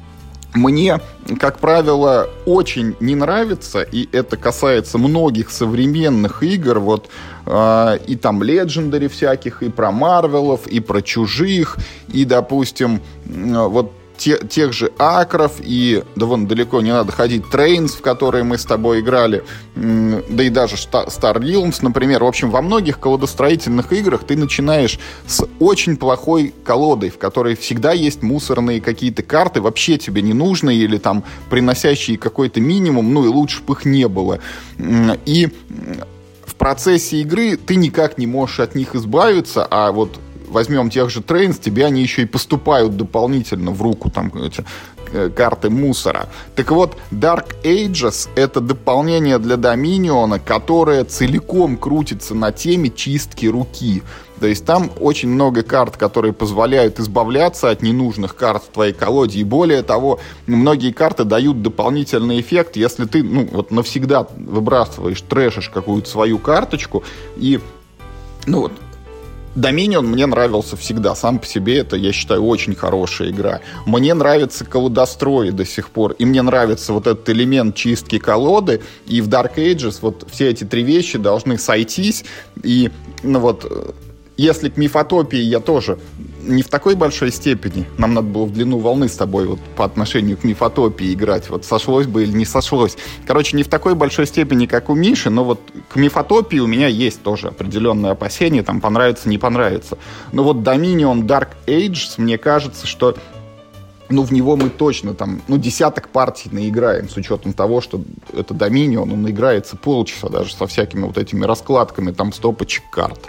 Speaker 1: мне, как правило, очень не нравится, и это касается многих современных игр, вот, э, и там Legendary всяких, и про Марвелов, и про Чужих, и, допустим, э, вот те, тех же Акров, и, да вон, далеко не надо ходить, Trains, в которые мы с тобой играли, э, да и даже Star Realms, например. В общем, во многих колодостроительных играх ты начинаешь с очень плохой колодой, в которой всегда есть мусорные какие-то карты, вообще тебе не нужные, или там приносящие какой-то минимум, ну и лучше бы их не было. И в процессе игры ты никак не можешь от них избавиться, а вот возьмем тех же Trains, тебе они еще и поступают дополнительно в руку, там, эти карты мусора. Так вот, Dark Ages — это дополнение для Dominion, которое целиком крутится на теме чистки руки. То есть там очень много карт, которые позволяют избавляться от ненужных карт в твоей колоде. И более того, многие карты дают дополнительный эффект, если ты, ну, вот навсегда выбрасываешь, трэшишь какую-то свою карточку. И, ну вот, Dominion мне нравился всегда. Сам по себе это, я считаю, очень хорошая игра. Мне нравится колодострой до сих пор. И мне нравится вот этот элемент чистки колоды. И в Dark Ages вот все эти три вещи должны сойтись. И, ну вот, если к Мифотопии я тоже не в такой большой степени, нам надо было в длину волны с тобой вот по отношению к Мифотопии играть, вот сошлось бы или не сошлось. Короче, не в такой большой степени, как у Миши, но вот к Мифотопии у меня есть тоже определенные опасения, там понравится, не понравится. Но вот Dominion Dark Ages, мне кажется, что ну, в него мы точно там, ну, десяток партий наиграем, с учетом того, что это Dominion, он играется полчаса даже со всякими вот этими раскладками, там, стопочек карт.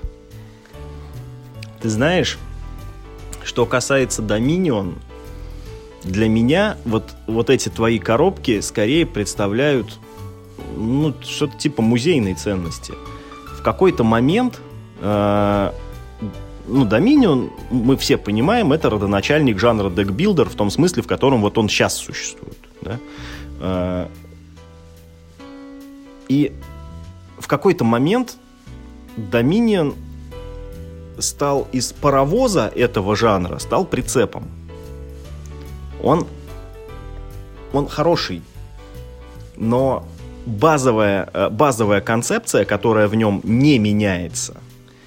Speaker 2: Ты знаешь, что касается Dominion, для меня вот, вот эти твои коробки скорее представляют, ну, что-то типа музейной ценности. В какой-то момент, э, ну, Dominion, мы все понимаем, это родоначальник жанра декбилдер в том смысле, в котором вот он сейчас существует. Да? Э, и в какой-то момент Dominion стал из паровоза этого жанра, стал прицепом. Он, он хороший, но базовая, базовая концепция, которая в нем не меняется,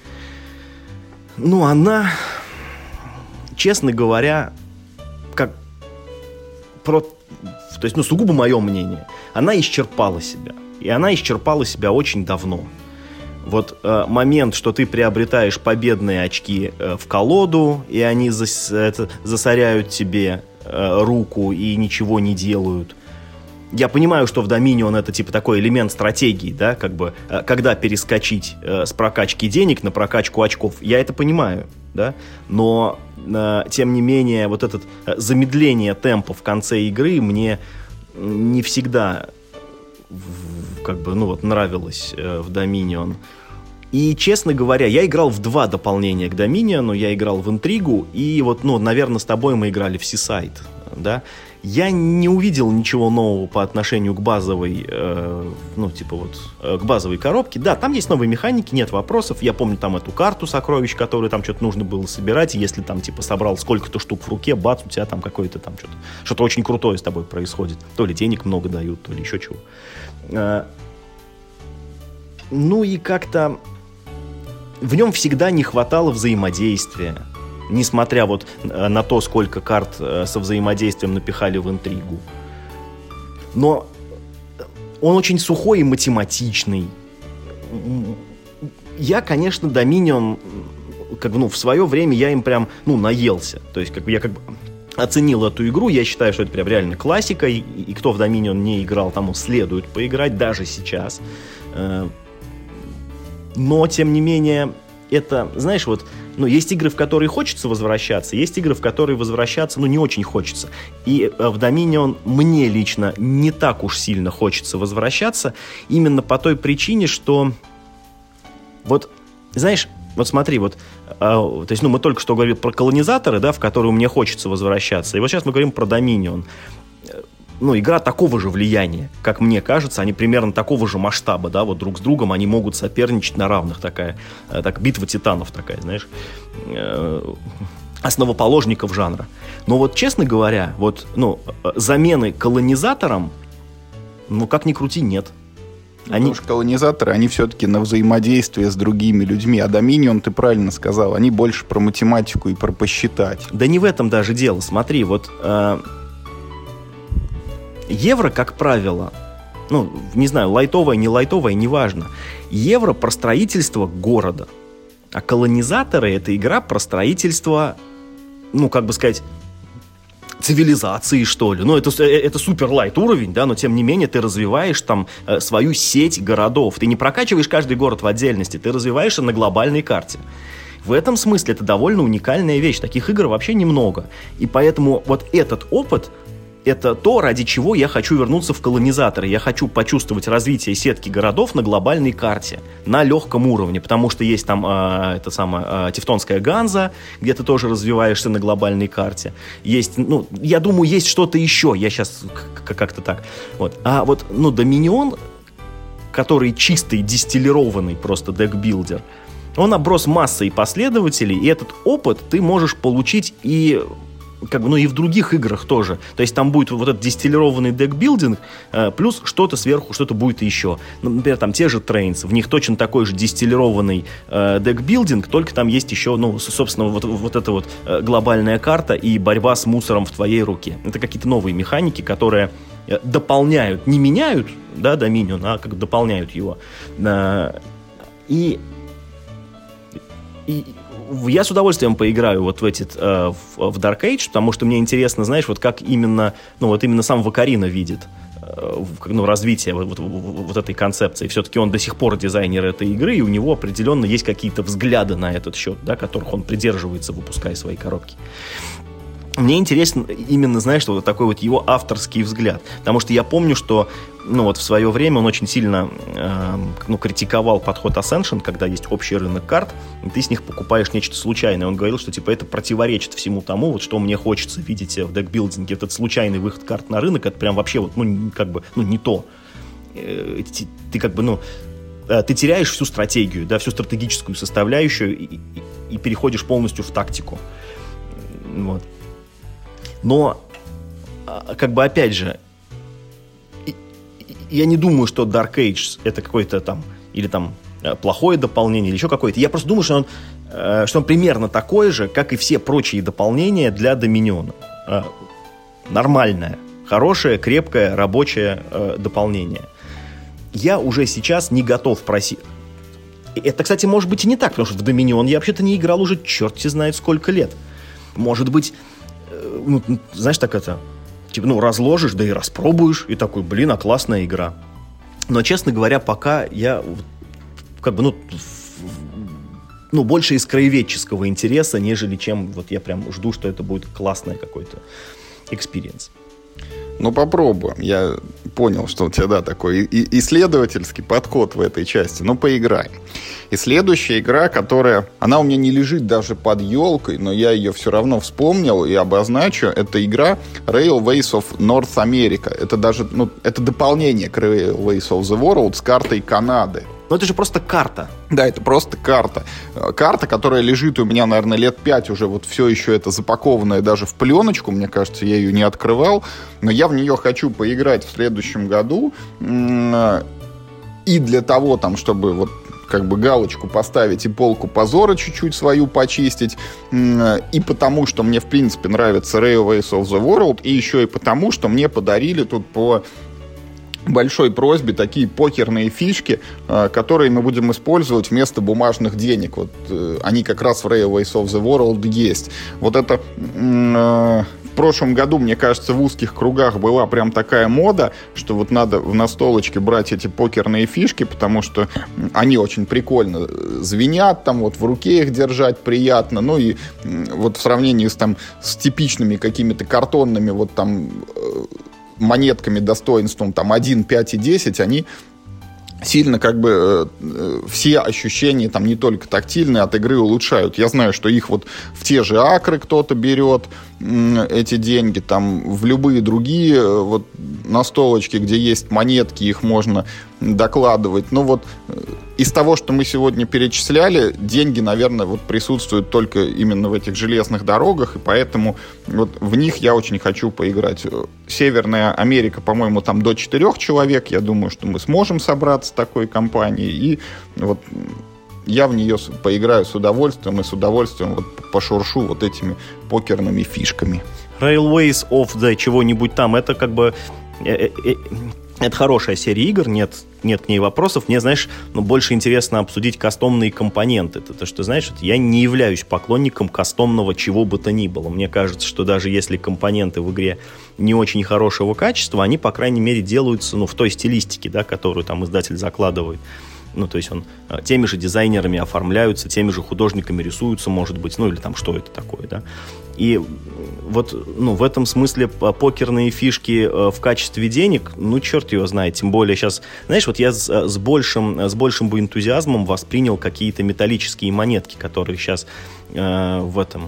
Speaker 2: ну, она, честно говоря, как про, то есть, ну, сугубо мое мнение, она исчерпала себя. И она исчерпала себя очень давно. Вот э, момент, что ты приобретаешь победные очки э, в колоду, и они зас, это, засоряют тебе э, руку и ничего не делают. Я понимаю, что в Dominion это типа такой элемент стратегии, да, как бы, э, когда перескочить э, с прокачки денег на прокачку очков. Я это понимаю, да, но э, тем не менее вот это э, замедление темпа в конце игры мне не всегда как бы, ну вот, нравилось э, в Dominion. И, честно говоря, я играл в два дополнения к Dominion, я играл в Интригу, и вот, ну, наверное, с тобой мы играли в Seaside, да. Я не увидел ничего нового по отношению к базовой, э, ну, типа вот, э, к базовой коробке. Да, там есть новые механики, нет вопросов. Я помню там эту карту сокровищ, которую там что-то нужно было собирать, и если там, типа, собрал сколько-то штук в руке, бац, у тебя там какое-то там что-то, что-то очень крутое с тобой происходит. То ли денег много дают, то ли еще чего. Э, ну и как-то в нем всегда не хватало взаимодействия. Несмотря вот на то, сколько карт со взаимодействием напихали в Интригу. Но он очень сухой и математичный. Я, конечно, Dominion, как бы, ну, в свое время я им прям, ну, наелся. То есть, как бы, я как бы оценил эту игру, я считаю, что это прям реально классика, и, и кто в Dominion не играл, тому следует поиграть, даже сейчас. Но, тем не менее, это, знаешь, вот, ну, есть игры, в которые хочется возвращаться, есть игры, в которые возвращаться, ну, не очень хочется. И э, в Dominion мне лично не так уж сильно хочется возвращаться, именно по той причине, что вот, знаешь, вот смотри, вот, э, то есть, ну, мы только что говорили про колонизаторы, да, в которые мне хочется возвращаться, и вот сейчас мы говорим про Dominion. Ну, игра такого же влияния, как мне кажется, они примерно такого же масштаба, да, вот друг с другом они могут соперничать на равных, такая, так, битва титанов такая, знаешь, основоположников жанра. Но вот, честно говоря, вот, ну, замены колонизаторам, ну, как ни крути, нет.
Speaker 1: Они... Потому что колонизаторы, они все-таки на взаимодействие с другими людьми, а Dominion, ты правильно сказал, они больше про математику и про посчитать.
Speaker 2: Да не в этом даже дело, смотри, вот... Э... Евро, как правило, ну, не знаю, лайтовое, не лайтовое, неважно. Евро про строительство города. А колонизаторы — это игра про строительство, ну, как бы сказать, цивилизации, что ли. Ну, это, это супер лайт уровень, да, но тем не менее ты развиваешь там э, свою сеть городов. Ты не прокачиваешь каждый город в отдельности, ты развиваешься на глобальной карте. В этом смысле это довольно уникальная вещь. Таких игр вообще немного. И поэтому вот этот опыт — это то, ради чего я хочу вернуться в колонизаторы. Я хочу почувствовать развитие сетки городов на глобальной карте, на легком уровне, потому что есть там э, это самое, э, Тевтонская Ганза, где ты тоже развиваешься на глобальной карте. Есть, ну, я думаю, есть что-то еще. Я сейчас как-то так. Вот. А вот, ну, Dominion, который чистый, дистиллированный просто декбилдер, он оброс массой последователей, и этот опыт ты можешь получить и... как бы, ну и в других играх тоже. То есть там будет вот этот дистиллированный декбилдинг, э, плюс что-то сверху, что-то будет еще. Ну, например, там те же Trains, в них точно такой же дистиллированный э, декбилдинг, только там есть еще, ну, собственно, вот, вот эта вот э, глобальная карта и борьба с мусором в твоей руке. Это какие-то новые механики, которые э, дополняют, не меняют, да, Dominion, а как дополняют его. Э, и... и я с удовольствием поиграю вот в эти, э, в, в Dark Age, потому что мне интересно, знаешь, вот как именно, ну вот именно сам Вакарина видит э, ну, развитие вот, вот, вот этой концепции. Все-таки он до сих пор дизайнер этой игры, и у него определенно есть какие-то взгляды на этот счет, да, которых он придерживается, выпуская свои коробки. Мне интересен именно, знаешь, вот такой вот его авторский взгляд. Потому что я помню, что, ну, вот в свое время он очень сильно э, ну, критиковал подход Ascension, когда есть общий рынок карт, и ты с них покупаешь нечто случайное. Он говорил, что, типа, это противоречит всему тому, вот, что мне хочется видеть в декбилдинге. Этот случайный выход карт на рынок, это прям вообще вот, ну, как бы, ну, не то. Э, ты, ты как бы, ну... Ты теряешь всю стратегию, да, всю стратегическую составляющую и, и, и переходишь полностью в тактику. Вот. Но, как бы, опять же, я не думаю, что Dark Age это какое-то там, или там плохое дополнение, или еще какое-то. Я просто думаю, что он, что он примерно такое же, как и все прочие дополнения для Dominion. Нормальное, хорошее, крепкое, рабочее дополнение. Я уже сейчас не готов просить... Это, кстати, может быть и не так, потому что в Доминион я вообще-то не играл уже черти знает сколько лет. Может быть, ну, знаешь, так это, типа, ну, разложишь, да и распробуешь, и такой, блин, а классная игра. Но, честно говоря, пока я, как бы, ну, ну, больше из краеведческого интереса, нежели чем вот я прям жду, что это будет классный какой-то экспириенс.
Speaker 1: Ну, попробуем. Я понял, что у тебя, да, такой исследовательский подход в этой части. Ну, поиграем. И следующая игра, которая... Она у меня не лежит даже под елкой, но я ее все равно вспомнил и обозначу. Это игра Railways of North America. Это даже... Ну, это дополнение к Railways of the World с картой Канады.
Speaker 2: Но это же просто карта.
Speaker 1: Да, это просто карта. Карта, которая лежит у меня, наверное, лет пять уже, вот все еще это запакованное даже в пленочку, мне кажется, я ее не открывал, но я в нее хочу поиграть в следующем году, и для того, там, чтобы вот как бы галочку поставить и полку позора чуть-чуть свою почистить, и потому, что мне, в принципе, нравится Railways of the World, и еще и потому, что мне подарили тут по большой просьбе такие покерные фишки, которые мы будем использовать вместо бумажных денег. Вот они как раз в Railways of the World есть. Вот это в прошлом году, мне кажется, в узких кругах была прям такая мода, что вот надо в настолочке брать эти покерные фишки, потому что они очень прикольно звенят, там вот в руке их держать приятно, ну и вот в сравнении с, там, с типичными какими-то картонными вот там монетками достоинством там один, пять и десять, они сильно как бы э, все ощущения там не только тактильные от игры улучшают. Я знаю, что их вот в те же акры кто-то берет, э, эти деньги, там в любые другие э, вот настолочки, где есть монетки, их можно докладывать. Но вот э, из того, что мы сегодня перечисляли, деньги, наверное, вот присутствуют только именно в этих железных дорогах, и поэтому вот в них я очень хочу поиграть. Северная Америка, по-моему, там до четырех человек. Я думаю, что мы сможем собраться такой компании, и вот я в нее поиграю с удовольствием и с удовольствием вот пошуршу вот этими покерными фишками.
Speaker 2: Railways of the чего-нибудь там, это как бы э, э, это хорошая серия игр, нет, нет к ней вопросов. Мне, знаешь, ну, больше интересно обсудить кастомные компоненты. Это то, что, знаешь, я не являюсь поклонником кастомного чего бы то ни было. Мне кажется, что даже если компоненты в игре не очень хорошего качества, они, по крайней мере, делаются, ну, в той стилистике, да, которую там издатель закладывает. Ну, то есть он теми же дизайнерами оформляются, теми же художниками рисуются, может быть, ну, или там что это такое, да. И вот, ну, в этом смысле покерные фишки в качестве денег, ну, черт его знает, тем более сейчас, знаешь, вот я с, с, большим, с большим бы энтузиазмом воспринял какие-то металлические монетки, которые сейчас э, в этом,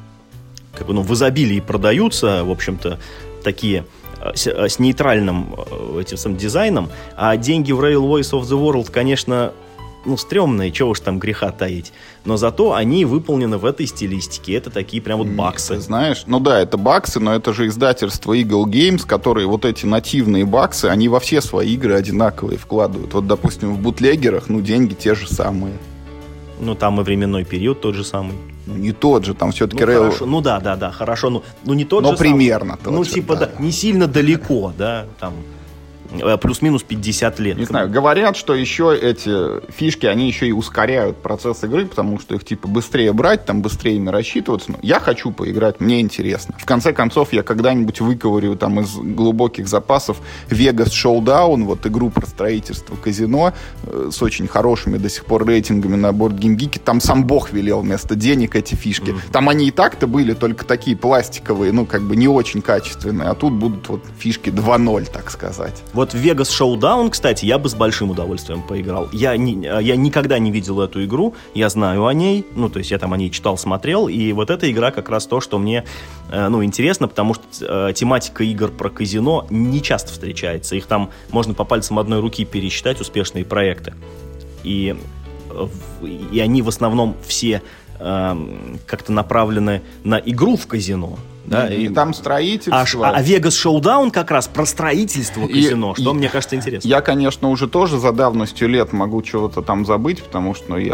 Speaker 2: как бы, ну, в изобилии продаются, в общем-то, такие с, с нейтральным этим самым дизайном, а деньги в Railways of the World, конечно, ну, стрёмные, чего уж там греха таить, но зато они выполнены в этой стилистике, это такие прям вот баксы.
Speaker 1: Ты знаешь, ну да, это баксы, но это же издательство Eagle Games, которые вот эти нативные баксы, они во все свои игры одинаковые вкладывают. Вот, допустим, в бутлегерах, ну, деньги те же самые.
Speaker 2: Ну, там и временной период тот же самый.
Speaker 1: Ну, не тот же, там все-таки...
Speaker 2: Ну,
Speaker 1: Rail...
Speaker 2: хорошо, ну да, да, да, хорошо, ну, ну не тот
Speaker 1: но
Speaker 2: же
Speaker 1: примерно
Speaker 2: самый.
Speaker 1: тот
Speaker 2: Ну,
Speaker 1: же,
Speaker 2: типа,
Speaker 1: да.
Speaker 2: да, не сильно далеко, да, там, плюс-минус пятьдесят лет.
Speaker 1: Не знаю, говорят, что еще эти фишки, они еще и ускоряют процесс игры, потому что их, типа, быстрее брать, там, быстрее ими рассчитываться. Но я хочу поиграть, мне интересно. В конце концов, я когда-нибудь выковырю там из глубоких запасов Vegas Showdown, вот игру про строительство казино э, с очень хорошими до сих пор рейтингами на Board Game Geek. Там сам Бог велел вместо денег эти фишки. Mm-hmm. Там они и так-то были, только такие пластиковые, ну, как бы не очень качественные. А тут будут вот фишки два ноль, так сказать.
Speaker 2: Вот Vegas Showdown, кстати, я бы с большим удовольствием поиграл. Я, не, я никогда не видел эту игру, я знаю о ней, ну, то есть я там о ней читал, смотрел, и вот эта игра как раз то, что мне, э, ну, интересно, потому что э, тематика игр про казино не часто встречается. Их там можно по пальцам одной руки пересчитать, успешные проекты. И, э, и они в основном все э, как-то направлены на игру в казино. Да,
Speaker 1: и, и там строительство.
Speaker 2: А, а Vegas Showdown как раз про строительство казино, и, что и, мне кажется интересно.
Speaker 1: Я, конечно, уже тоже за давностью лет могу чего-то там забыть, потому что ну, я уж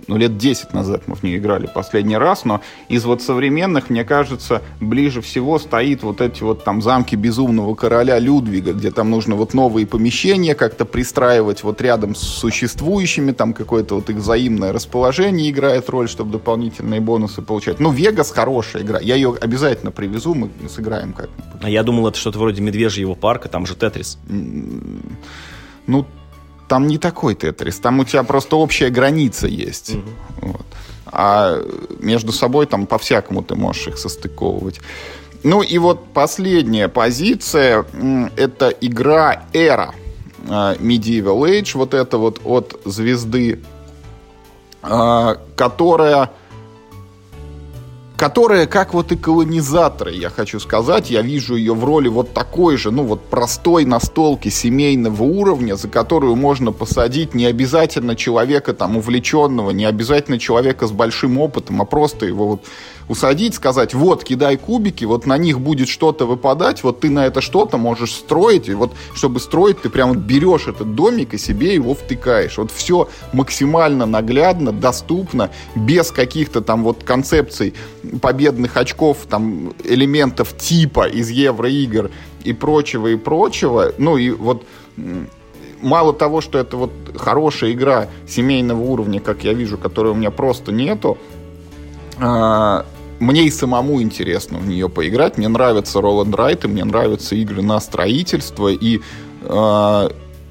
Speaker 1: ну, лет десять назад мы в нее играли последний раз, но из вот современных, мне кажется, ближе всего стоит вот эти вот там замки безумного короля Людвига, где там нужно вот новые помещения как-то пристраивать вот рядом с существующими, там какое-то вот их взаимное расположение играет роль, чтобы дополнительные бонусы получать. Ну, Вегас хорошая игра, я ее обязательно привезу, мы сыграем как-нибудь.
Speaker 2: А я думал, это что-то вроде Медвежьего парка, там же Тетрис.
Speaker 1: Ну, там не такой Тетрис, там у тебя просто общая граница есть. Mm-hmm. Вот. А между собой там по-всякому ты можешь их состыковывать. Ну и вот последняя позиция — это игра Era Medieval Age, вот это вот от звезды, которая... которая, как вот и колонизаторы, я хочу сказать, я вижу ее в роли вот такой же, ну вот простой настолки семейного уровня, за которую можно посадить не обязательно человека там увлеченного, не обязательно человека с большим опытом, а просто его вот усадить, сказать: вот, кидай кубики, вот на них будет что-то выпадать, вот ты на это что-то можешь строить, и вот, чтобы строить, ты прям вот берешь этот домик и себе его втыкаешь. Вот все максимально наглядно, доступно, без каких-то там вот концепций победных очков, там, элементов типа из евроигр и прочего, и прочего. Ну и вот мало того, что это вот хорошая игра семейного уровня, как я вижу, которой у меня просто нету, мне и самому интересно в нее поиграть. Мне нравятся Roll and Write, мне нравятся игры на строительство. И э,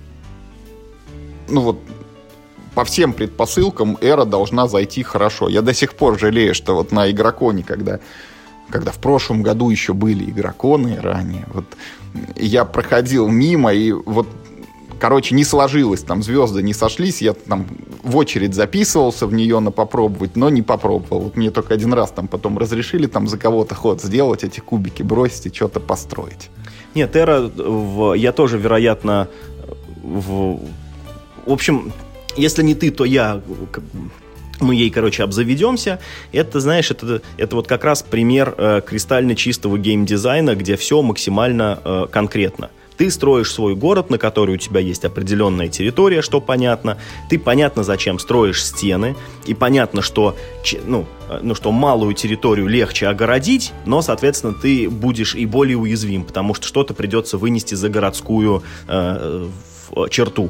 Speaker 1: ну вот по всем предпосылкам Эра должна зайти хорошо. Я до сих пор жалею, что вот на Игроконе, когда, когда в прошлом году еще были Игроконы ранее, вот я проходил мимо, и вот короче, не сложилось, там звезды не сошлись, я там в очередь записывался в нее на попробовать, но не попробовал. Вот мне только один раз там потом разрешили там за кого-то ход сделать, эти кубики бросить и что-то построить.
Speaker 2: Нет, Эра, в, я тоже, вероятно, в, в общем, если не ты, то я, мы ей, короче, обзаведемся. Это, знаешь, это, это вот как раз пример э, кристально чистого геймдизайна, где все максимально э, конкретно. Ты строишь свой город, на который у тебя есть определенная территория, что понятно. Ты понятно, зачем строишь стены. И понятно, что, ну, ну, что малую территорию легче огородить, но, соответственно, ты будешь и более уязвим, потому что что-то придется вынести за городскую э, черту.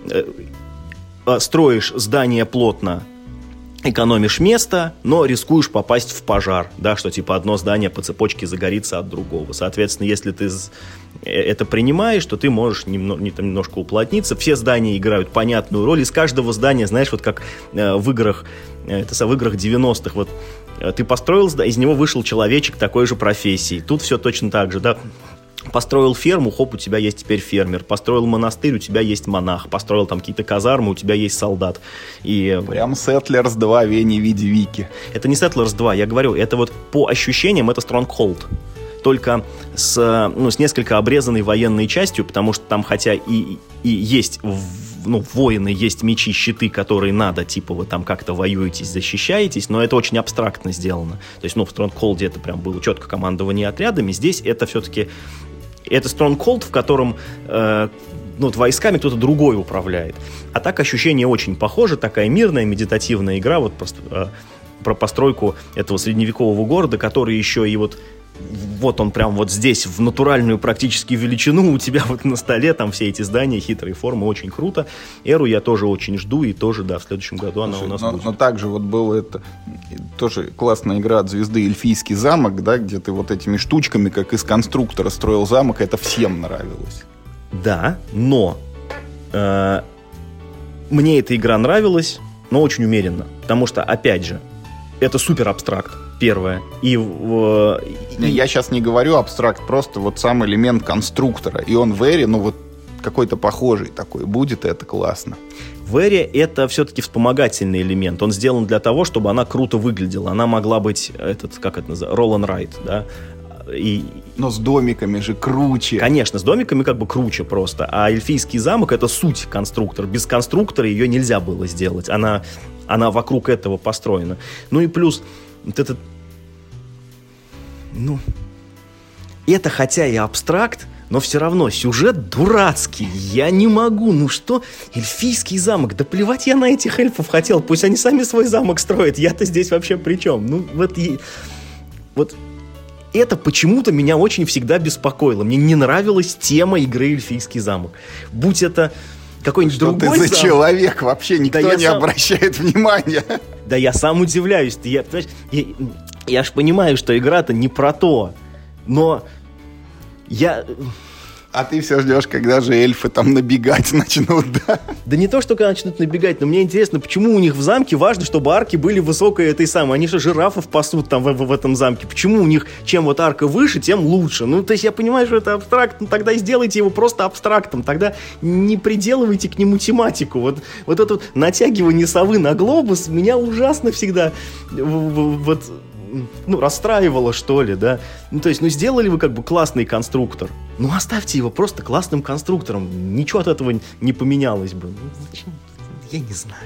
Speaker 2: Э, строишь здание плотно, экономишь место, но рискуешь попасть в пожар, да, что типа одно здание по цепочке загорится от другого. Соответственно, если ты это принимаешь, то ты можешь немного, немножко уплотниться. Все здания играют понятную роль. Из каждого здания, знаешь, вот как э, в играх, э, это в играх девяностых, вот э, ты построил, из него вышел человечек такой же профессии. Тут все точно так же, да. Построил ферму, хоп, у тебя есть теперь фермер. Построил монастырь, у тебя есть монах. Построил там какие-то казармы, у тебя есть солдат. И...
Speaker 1: Прям Settlers два, Вени, види, Вики.
Speaker 2: Это не Settlers два, я говорю, это вот по ощущениям это Stronghold. Только с, ну, с несколько обрезанной военной частью, потому что там хотя и, и есть, ну, воины, есть мечи, щиты, которые надо, типа вы там как-то воюетесь, защищаетесь, но это очень абстрактно сделано. То есть, ну, в Stronghold это прям было четко командование отрядами, здесь это все-таки это Stronghold, в котором э, ну, вот войсками кто-то другой управляет. А так ощущение очень похоже, такая мирная, медитативная игра, вот просто э, про постройку этого средневекового города, который еще и вот вот он прям вот здесь в натуральную практически величину у тебя вот на столе, там все эти здания, хитрые формы, очень круто. Эру я тоже очень жду, и тоже, да, в следующем году она Слушай, у нас
Speaker 1: но,
Speaker 2: будет.
Speaker 1: Но также вот была это тоже классная игра от звезды «Эльфийский замок», да, где ты вот этими штучками, как из конструктора, строил замок, это всем нравилось.
Speaker 2: Да, но э, мне эта игра нравилась, но очень умеренно, потому что, опять же, это супер абстракт. Первое. И, э, и...
Speaker 1: Я сейчас не говорю абстракт, просто вот сам элемент конструктора. И он в Эре, ну вот какой-то похожий такой будет, и это классно.
Speaker 2: В Эре это все-таки вспомогательный элемент. Он сделан для того, чтобы она круто выглядела. Она могла быть, этот, как это называется, roll and write, да? И...
Speaker 1: Но с домиками же круче.
Speaker 2: Конечно, с домиками как бы круче просто. А эльфийский замок — это суть конструктор. Без конструктора ее нельзя было сделать. Она, она вокруг этого построена. Ну и плюс вот этот... Ну... Это хотя и абстракт, Но все равно сюжет дурацкий. Я не могу. Ну что? Эльфийский замок. Да плевать я на этих эльфов хотел. Пусть они сами свой замок строят. Я-то здесь вообще при чем? Ну вот... И... Вот... Это почему-то меня очень всегда беспокоило. Мне не нравилась тема игры «Эльфийский замок». Будь это какой-нибудь
Speaker 1: что
Speaker 2: другой
Speaker 1: ты за
Speaker 2: замок...
Speaker 1: человек? Вообще никто
Speaker 2: да
Speaker 1: не
Speaker 2: сам...
Speaker 1: обращает внимания.
Speaker 2: Да я сам удивляюсь. Я, я, я ж понимаю, что игра-то не про то. Но я...
Speaker 1: А ты все ждешь, когда же эльфы там набегать начнут, да?
Speaker 2: Да не то, что когда начнут набегать, но мне интересно, почему у них в замке важно, чтобы арки были высокой этой самой. Они же жирафов пасут там в, в, в этом замке. Почему у них, чем вот арка выше, тем лучше? Ну, то есть я понимаю, что это абстракт, ну, тогда и сделайте его просто абстрактом. Тогда не приделывайте к нему тематику. Вот, вот это вот натягивание совы на глобус меня ужасно всегда вот... ну, расстраивало, что ли, да. Ну, то есть, ну, сделали вы как бы классный конструктор. Ну, оставьте его просто классным конструктором. Ничего от этого не поменялось бы. Ну, зачем? Я не знаю.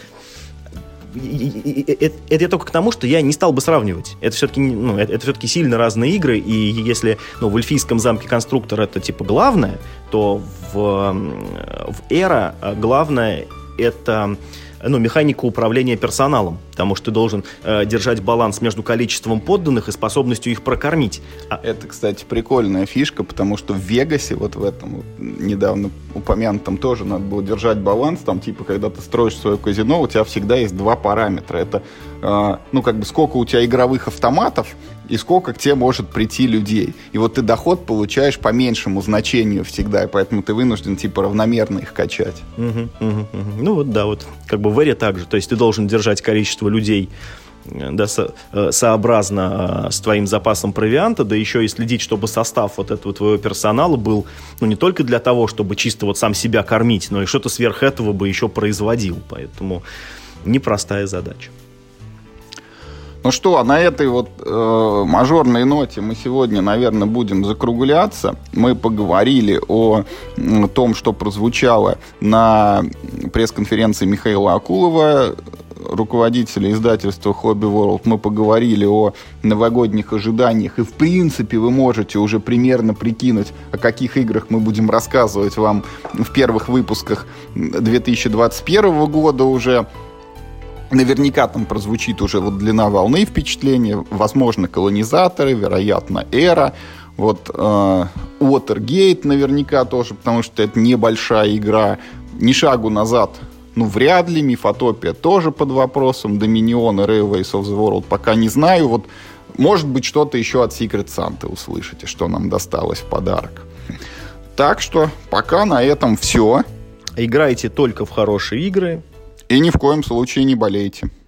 Speaker 2: Это я только к тому, что я не стал бы сравнивать. Это все-таки, ну, это, это все-таки сильно разные игры, и если, ну, в эльфийском замке конструктор это типа главное, то в, в Эра главное это... ну, механика управления персоналом, потому что ты должен э, держать баланс между количеством подданных и способностью их прокормить. А...
Speaker 1: Это, кстати, прикольная фишка, потому что в Вегасе, вот в этом вот, недавно упомянутом, тоже надо было держать баланс, там, типа, когда ты строишь свое казино, у тебя всегда есть два параметра. Это, э, ну, как бы, сколько у тебя игровых автоматов и сколько к тебе может прийти людей. И вот ты доход получаешь по меньшему значению всегда, и поэтому ты вынужден, типа, равномерно их качать.
Speaker 2: Угу, угу, угу. Ну, вот, да, вот, как бы в Эре также. То есть ты должен держать количество людей, да, со, сообразно с твоим запасом провианта, да еще и следить, чтобы состав вот этого твоего персонала был, ну, не только для того, чтобы чисто вот сам себя кормить, но и что-то сверх этого бы еще производил. Поэтому непростая задача.
Speaker 1: Ну что, а на этой вот э, мажорной ноте мы сегодня, наверное, будем закругляться. Мы поговорили о, о том, что прозвучало на пресс-конференции Михаила Акулова, руководителя издательства Hobby World. Мы поговорили о новогодних ожиданиях, и в принципе вы можете уже примерно прикинуть, о каких играх мы будем рассказывать вам в первых выпусках две тысячи двадцать первого года уже. Наверняка там прозвучит уже вот длина волны впечатления, возможно, колонизаторы, вероятно, Эра, вот э, Watergate наверняка тоже, потому что это небольшая игра, ни шагу назад, ну, вряд ли, Мифотопия тоже под вопросом, Доминион и Railways of the World пока не знаю, вот, может быть, что-то еще от Secret Santa услышите, что нам досталось в подарок. Так что пока на этом все.
Speaker 2: Играйте только в хорошие игры.
Speaker 1: И ни в коем случае не болейте.